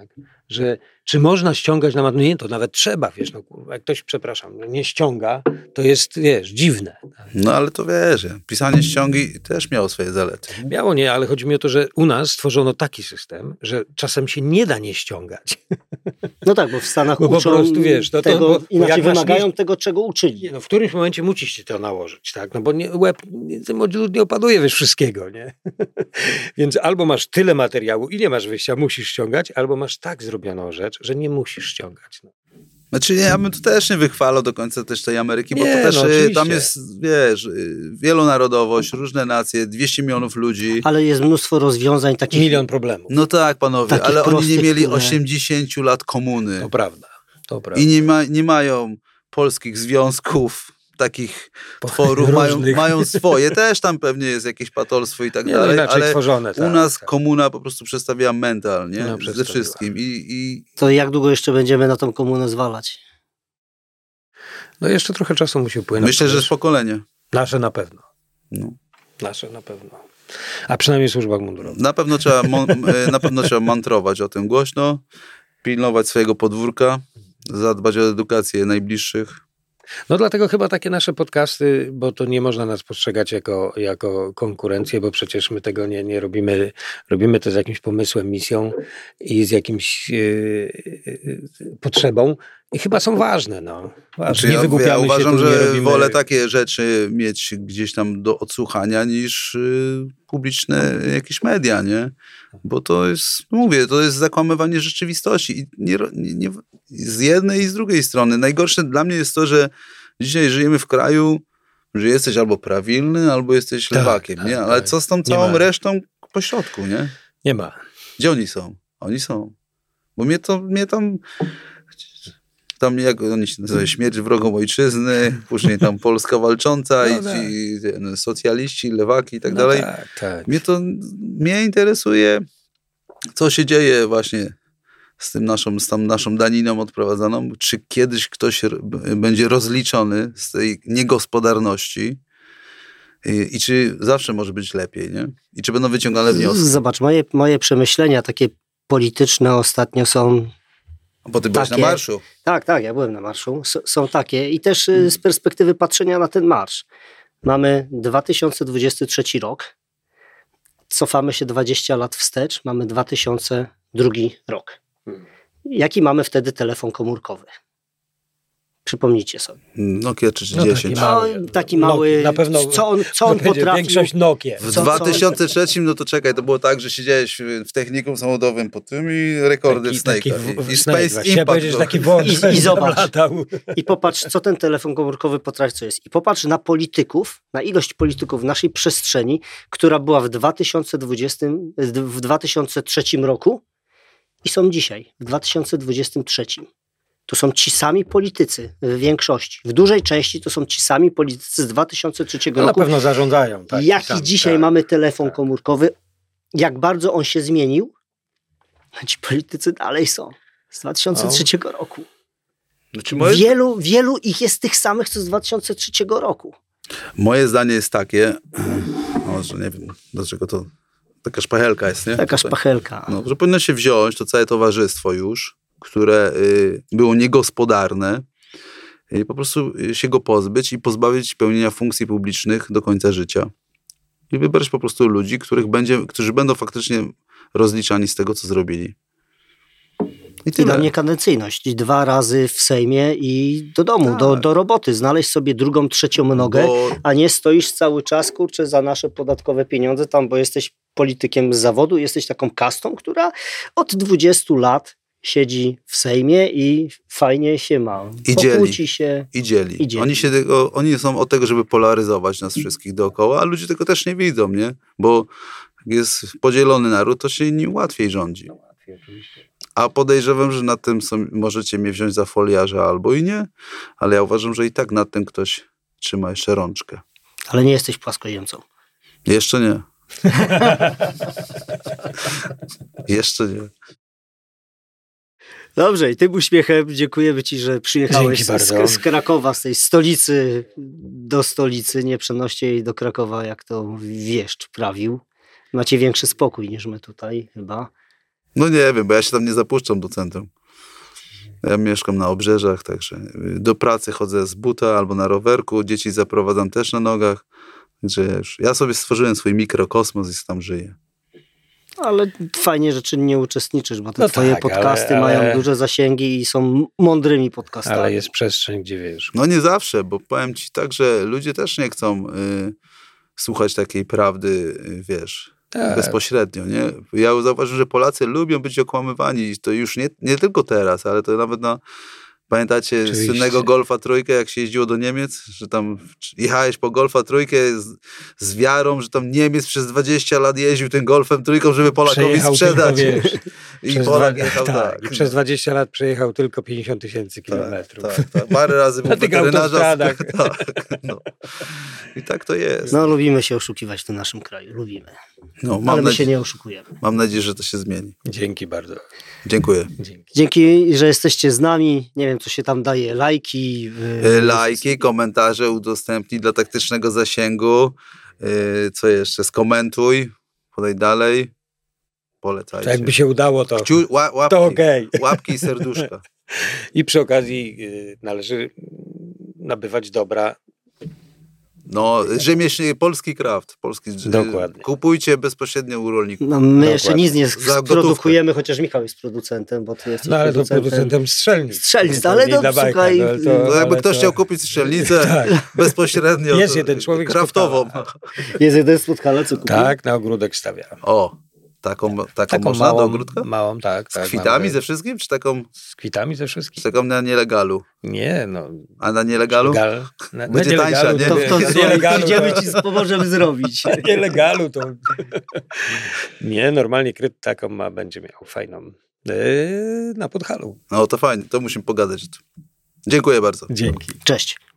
S3: że czy można ściągać na no nie, to nawet trzeba, wiesz, no kurwa, jak ktoś, przepraszam, nie ściąga, to jest, wiesz, dziwne.
S2: No ale to wiesz, pisanie ściągi też miało swoje zalety.
S3: Miało nie, ale chodzi mi o to, że u nas stworzono taki system, że czasem się nie da nie ściągać.
S1: No tak, bo w Stanach
S3: Bo po
S1: uczą
S3: prostu, wiesz,
S1: tego,
S3: bo
S1: inaczej
S3: jak masz
S1: wymagają tego, czego uczyli.
S3: No, w którymś momencie musisz ci to nałożyć, tak? No bo łeb nie opaduje, wiesz, wszystkiego, nie? Więc albo masz tyle materiału i nie masz wyjścia, musisz ściągać, albo masz tak zrobioną rzecz, że nie musisz ściągać. No.
S2: Znaczy ja bym tu też nie wychwalał do końca też tej Ameryki, bo
S3: Nie,
S2: to też
S3: no, oczywiście.
S2: tam jest, wiesz, wielonarodowość, różne nacje, 200 milionów ludzi.
S1: Ale jest mnóstwo rozwiązań takich.
S3: Milion problemów.
S2: No tak, panowie,
S1: Takich
S2: ale oni nie
S1: prostych,
S2: mieli
S1: które-
S2: 80 lat komuny
S3: To prawda.
S2: i nie mają polskich związków, takich tworów,
S3: różnych.
S2: mają swoje, też tam pewnie jest jakieś patolstwo i tak
S3: Nie, no
S2: dalej,
S3: inaczej
S2: ale
S3: tworzone.
S2: u
S3: Tak,
S2: nas
S3: tak.
S2: komuna po prostu przestawiała mental, nie?
S3: No,
S2: Ze
S3: przestawiła.
S2: wszystkim i
S1: To jak długo jeszcze będziemy na tą komunę zwalać?
S3: No jeszcze trochę czasu musi upłynąć.
S2: myślę, że z pokolenia.
S3: Nasze na pewno.
S2: No.
S3: Nasze na pewno. A przynajmniej w służbach mundurowych.
S2: Na pewno trzeba mantrować o tym głośno, pilnować swojego podwórka, zadbać o edukację najbliższych.
S3: No dlatego chyba takie nasze podcasty, bo to nie można nas postrzegać jako konkurencję, bo przecież my tego nie robimy. Robimy to z jakimś pomysłem, misją i z jakimś potrzebą. I chyba są ważne. No.
S2: Znaczy,
S3: Nie
S2: ja
S3: wygłupiamy
S2: uważam,
S3: się tu, nie
S2: że
S3: robimy...
S2: wolę takie rzeczy mieć gdzieś tam do odsłuchania niż publiczne jakieś media, nie? Bo to jest, mówię, to jest zakłamywanie rzeczywistości. I nie, z jednej i z drugiej strony. Najgorsze dla mnie jest to, że dzisiaj żyjemy w kraju, że jesteś albo prawilny, albo jesteś
S3: Tak,
S2: lewakiem, nie? Ale co z tą całą
S3: ma.
S2: resztą pośrodku, nie?
S3: Nie ma.
S2: Gdzie oni są? Oni są. Bo mnie tam jak oni się nazywają, śmierć wrogom ojczyzny, później tam Polska walcząca
S3: No
S2: i
S3: tak.
S2: ci socjaliści, lewaki i tak
S3: No
S2: dalej.
S3: Tak, tak.
S2: Mnie interesuje, co się dzieje właśnie z tą naszą daniną odprowadzaną. Czy kiedyś ktoś będzie rozliczony z tej niegospodarności i czy zawsze może być lepiej, nie? I czy będą wyciągane wnioski?
S1: Zobacz, moje przemyślenia takie polityczne ostatnio są.
S2: Bo ty byłeś na
S1: takie.
S2: marszu.
S1: Tak, ja byłem na marszu. Są takie i też z perspektywy patrzenia na ten marsz. Mamy 2023 rok, cofamy się 20 lat wstecz, mamy 2002 rok. Jaki mamy wtedy telefon komórkowy? Przypomnijcie sobie.
S2: Nokia 3010.
S1: Taki mały,
S3: Na pewno
S1: co on
S3: będzie
S1: potrafił.
S3: większość Nokia.
S2: W
S1: Co-
S2: 2003, no to czekaj, to było tak, że siedziałeś w technikum samochodowym pod tym i rekordy w Snake'ach. I Space
S3: Chciałem
S2: Impact.
S3: powiedzieć, że taki włącz
S1: I zobacz.
S3: latał.
S1: I popatrz, co ten telefon komórkowy potrafi, co jest. I popatrz na polityków, na ilość polityków w naszej przestrzeni, która była w 2003 roku i są dzisiaj, w 2023. To są ci sami politycy w większości. W dużej części to są ci sami politycy z 2003
S3: No na
S1: roku.
S3: pewno zarządzają. Tak,
S1: Jaki
S3: sami,
S1: dzisiaj
S3: tak.
S1: mamy telefon komórkowy, jak bardzo on się zmienił, a ci politycy dalej są. Z 2003 roku.
S2: Znaczy
S1: Wielu ich jest tych samych, co z 2003 roku.
S2: moje zdanie jest takie, że nie wiem, dlaczego to taka szpachelka jest, nie?
S1: Taka
S2: Tutaj.
S1: szpachelka.
S2: No, że powinno się wziąć to całe towarzystwo już, które było niegospodarne, i po prostu się go pozbyć i pozbawić pełnienia funkcji publicznych do końca życia. I wybrać po prostu ludzi, którzy będą faktycznie rozliczani z tego, co zrobili. I
S1: I na
S2: tyle.
S1: niekadencyjność. 2 razy w Sejmie i do domu,
S2: Tak.
S1: do roboty. Znaleźć sobie drugą, trzecią nogę,
S2: Bo
S1: a nie stoisz cały czas, kurczę, za nasze podatkowe pieniądze tam, bo jesteś politykiem z zawodu, jesteś taką kastą, która od 20 lat siedzi w Sejmie i fajnie się ma.
S2: I dzieli.
S1: Pokłóci się.
S2: I dzieli.
S1: I dzieli.
S2: Oni są od tego, żeby polaryzować nas wszystkich dookoła, a ludzie tego też nie widzą, nie? Bo jak jest podzielony naród, to się nim łatwiej rządzi. A podejrzewam, że nad tym możecie mnie wziąć za foliarza albo i nie, ale ja uważam, że i tak nad tym ktoś trzyma jeszcze rączkę.
S1: Ale nie jesteś płaskoziemcą.
S2: Jeszcze nie. Jeszcze nie.
S1: Dobrze, i tym uśmiechem dziękujemy Ci, że przyjechałeś
S3: Dzięki bardzo.
S1: z Krakowa, z tej stolicy do stolicy. Nie przenoście jej do Krakowa, jak to wieszcz prawił. Macie większy spokój niż my tutaj chyba.
S2: No nie wiem, bo ja się tam nie zapuszczam do centrum. Ja mieszkam na obrzeżach, także do pracy chodzę z buta albo na rowerku, dzieci zaprowadzam też na nogach. Także ja sobie stworzyłem swój mikrokosmos i tam żyję.
S1: Ale fajnie, że czynnie uczestniczysz, bo te
S3: No
S1: twoje
S3: tak,
S1: podcasty
S3: ale-
S1: mają duże zasięgi i są mądrymi podcastami.
S3: Ale jest przestrzeń, gdzie wiesz.
S2: No nie zawsze, bo powiem ci tak, że ludzie też nie chcą słuchać takiej prawdy, wiesz,
S3: Tak.
S2: bezpośrednio, nie? Ja zauważyłem, że Polacy lubią być okłamywani i to już nie tylko teraz, ale to nawet pamiętacie
S3: Oczywiście.
S2: słynnego Golfa trójkę, jak się jeździło do Niemiec, że tam jechałeś po Golfa trójkę z wiarą, że tam Niemiec przez 20 lat jeździł tym Golfem trójką, żeby Polakowi
S3: Przejechał
S2: sprzedać.
S3: tylko, wiesz,
S2: I
S3: przez
S2: Polak jechał tak.
S3: I przez 20 lat przejechał tylko 50 000 kilometrów.
S2: Tak. Parę razy był
S3: Na tych
S2: weterynarza.
S3: autostradach.
S2: Tak, no. I tak to jest.
S1: No lubimy się oszukiwać w tym naszym kraju, lubimy.
S2: No,
S1: Ale my się nie oszukujemy.
S2: mam nadzieję, że to się zmieni.
S3: Dzięki bardzo.
S2: Dziękuję.
S3: Dzięki.
S1: Dzięki, że jesteście z nami. Nie wiem, co się tam daje. Lajki.
S2: Lajki, komentarze, udostępnij dla taktycznego zasięgu. Co jeszcze? Skomentuj, podaj dalej. Polecajcie.
S3: To jakby się udało, to
S2: Łapki,
S3: to okej.
S2: łapki i serduszka.
S3: I przy okazji należy nabywać dobra.
S2: No, rzemieślnie, polski kraft.
S3: Dokładnie.
S2: Kupujcie bezpośrednio u rolników.
S1: No, my jeszcze
S3: Dokładnie.
S1: nic nie
S2: Za gotówkę.
S1: produkujemy, chociaż Michał jest producentem, bo ty jesteś
S3: No ale to producentem strzelnic.
S1: Strzelnic,
S3: To
S1: ale
S3: nie
S1: to
S3: dla bajka,
S1: słuchaj,
S2: No, jakby
S3: ale
S2: ktoś
S3: to-
S2: chciał kupić strzelnicę
S3: Tak.
S2: bezpośrednio,
S3: Jest
S2: to
S3: jeden człowiek z
S2: kraftową.
S3: Podhala.
S1: Jest jeden z Podhala, co kupił?
S3: Tak, na ogródek stawia.
S2: O, taką można
S3: małą,
S2: do ogródka?
S3: Małą, tak.
S2: Z
S3: tak,
S2: kwitami,
S3: mamy.
S2: ze wszystkim? Czy taką
S3: Z kwitami ze wszystkim?
S2: na nielegalu?
S3: Nie, no.
S2: A na nielegalu?
S3: Na
S2: Będzie
S3: nielegalu
S2: tańsza, nie?
S1: To
S3: wiesz,
S1: w to
S3: na
S1: słuchaj,
S3: nielegalu
S1: idziemy
S3: to-
S1: ci pomożemy zrobić.
S3: na nielegalu to... Nie, normalnie kryt taką będzie miał fajną. Na Podhalu.
S2: No to fajnie, to musimy pogadać. Dziękuję bardzo.
S3: Dzięki.
S1: Cześć.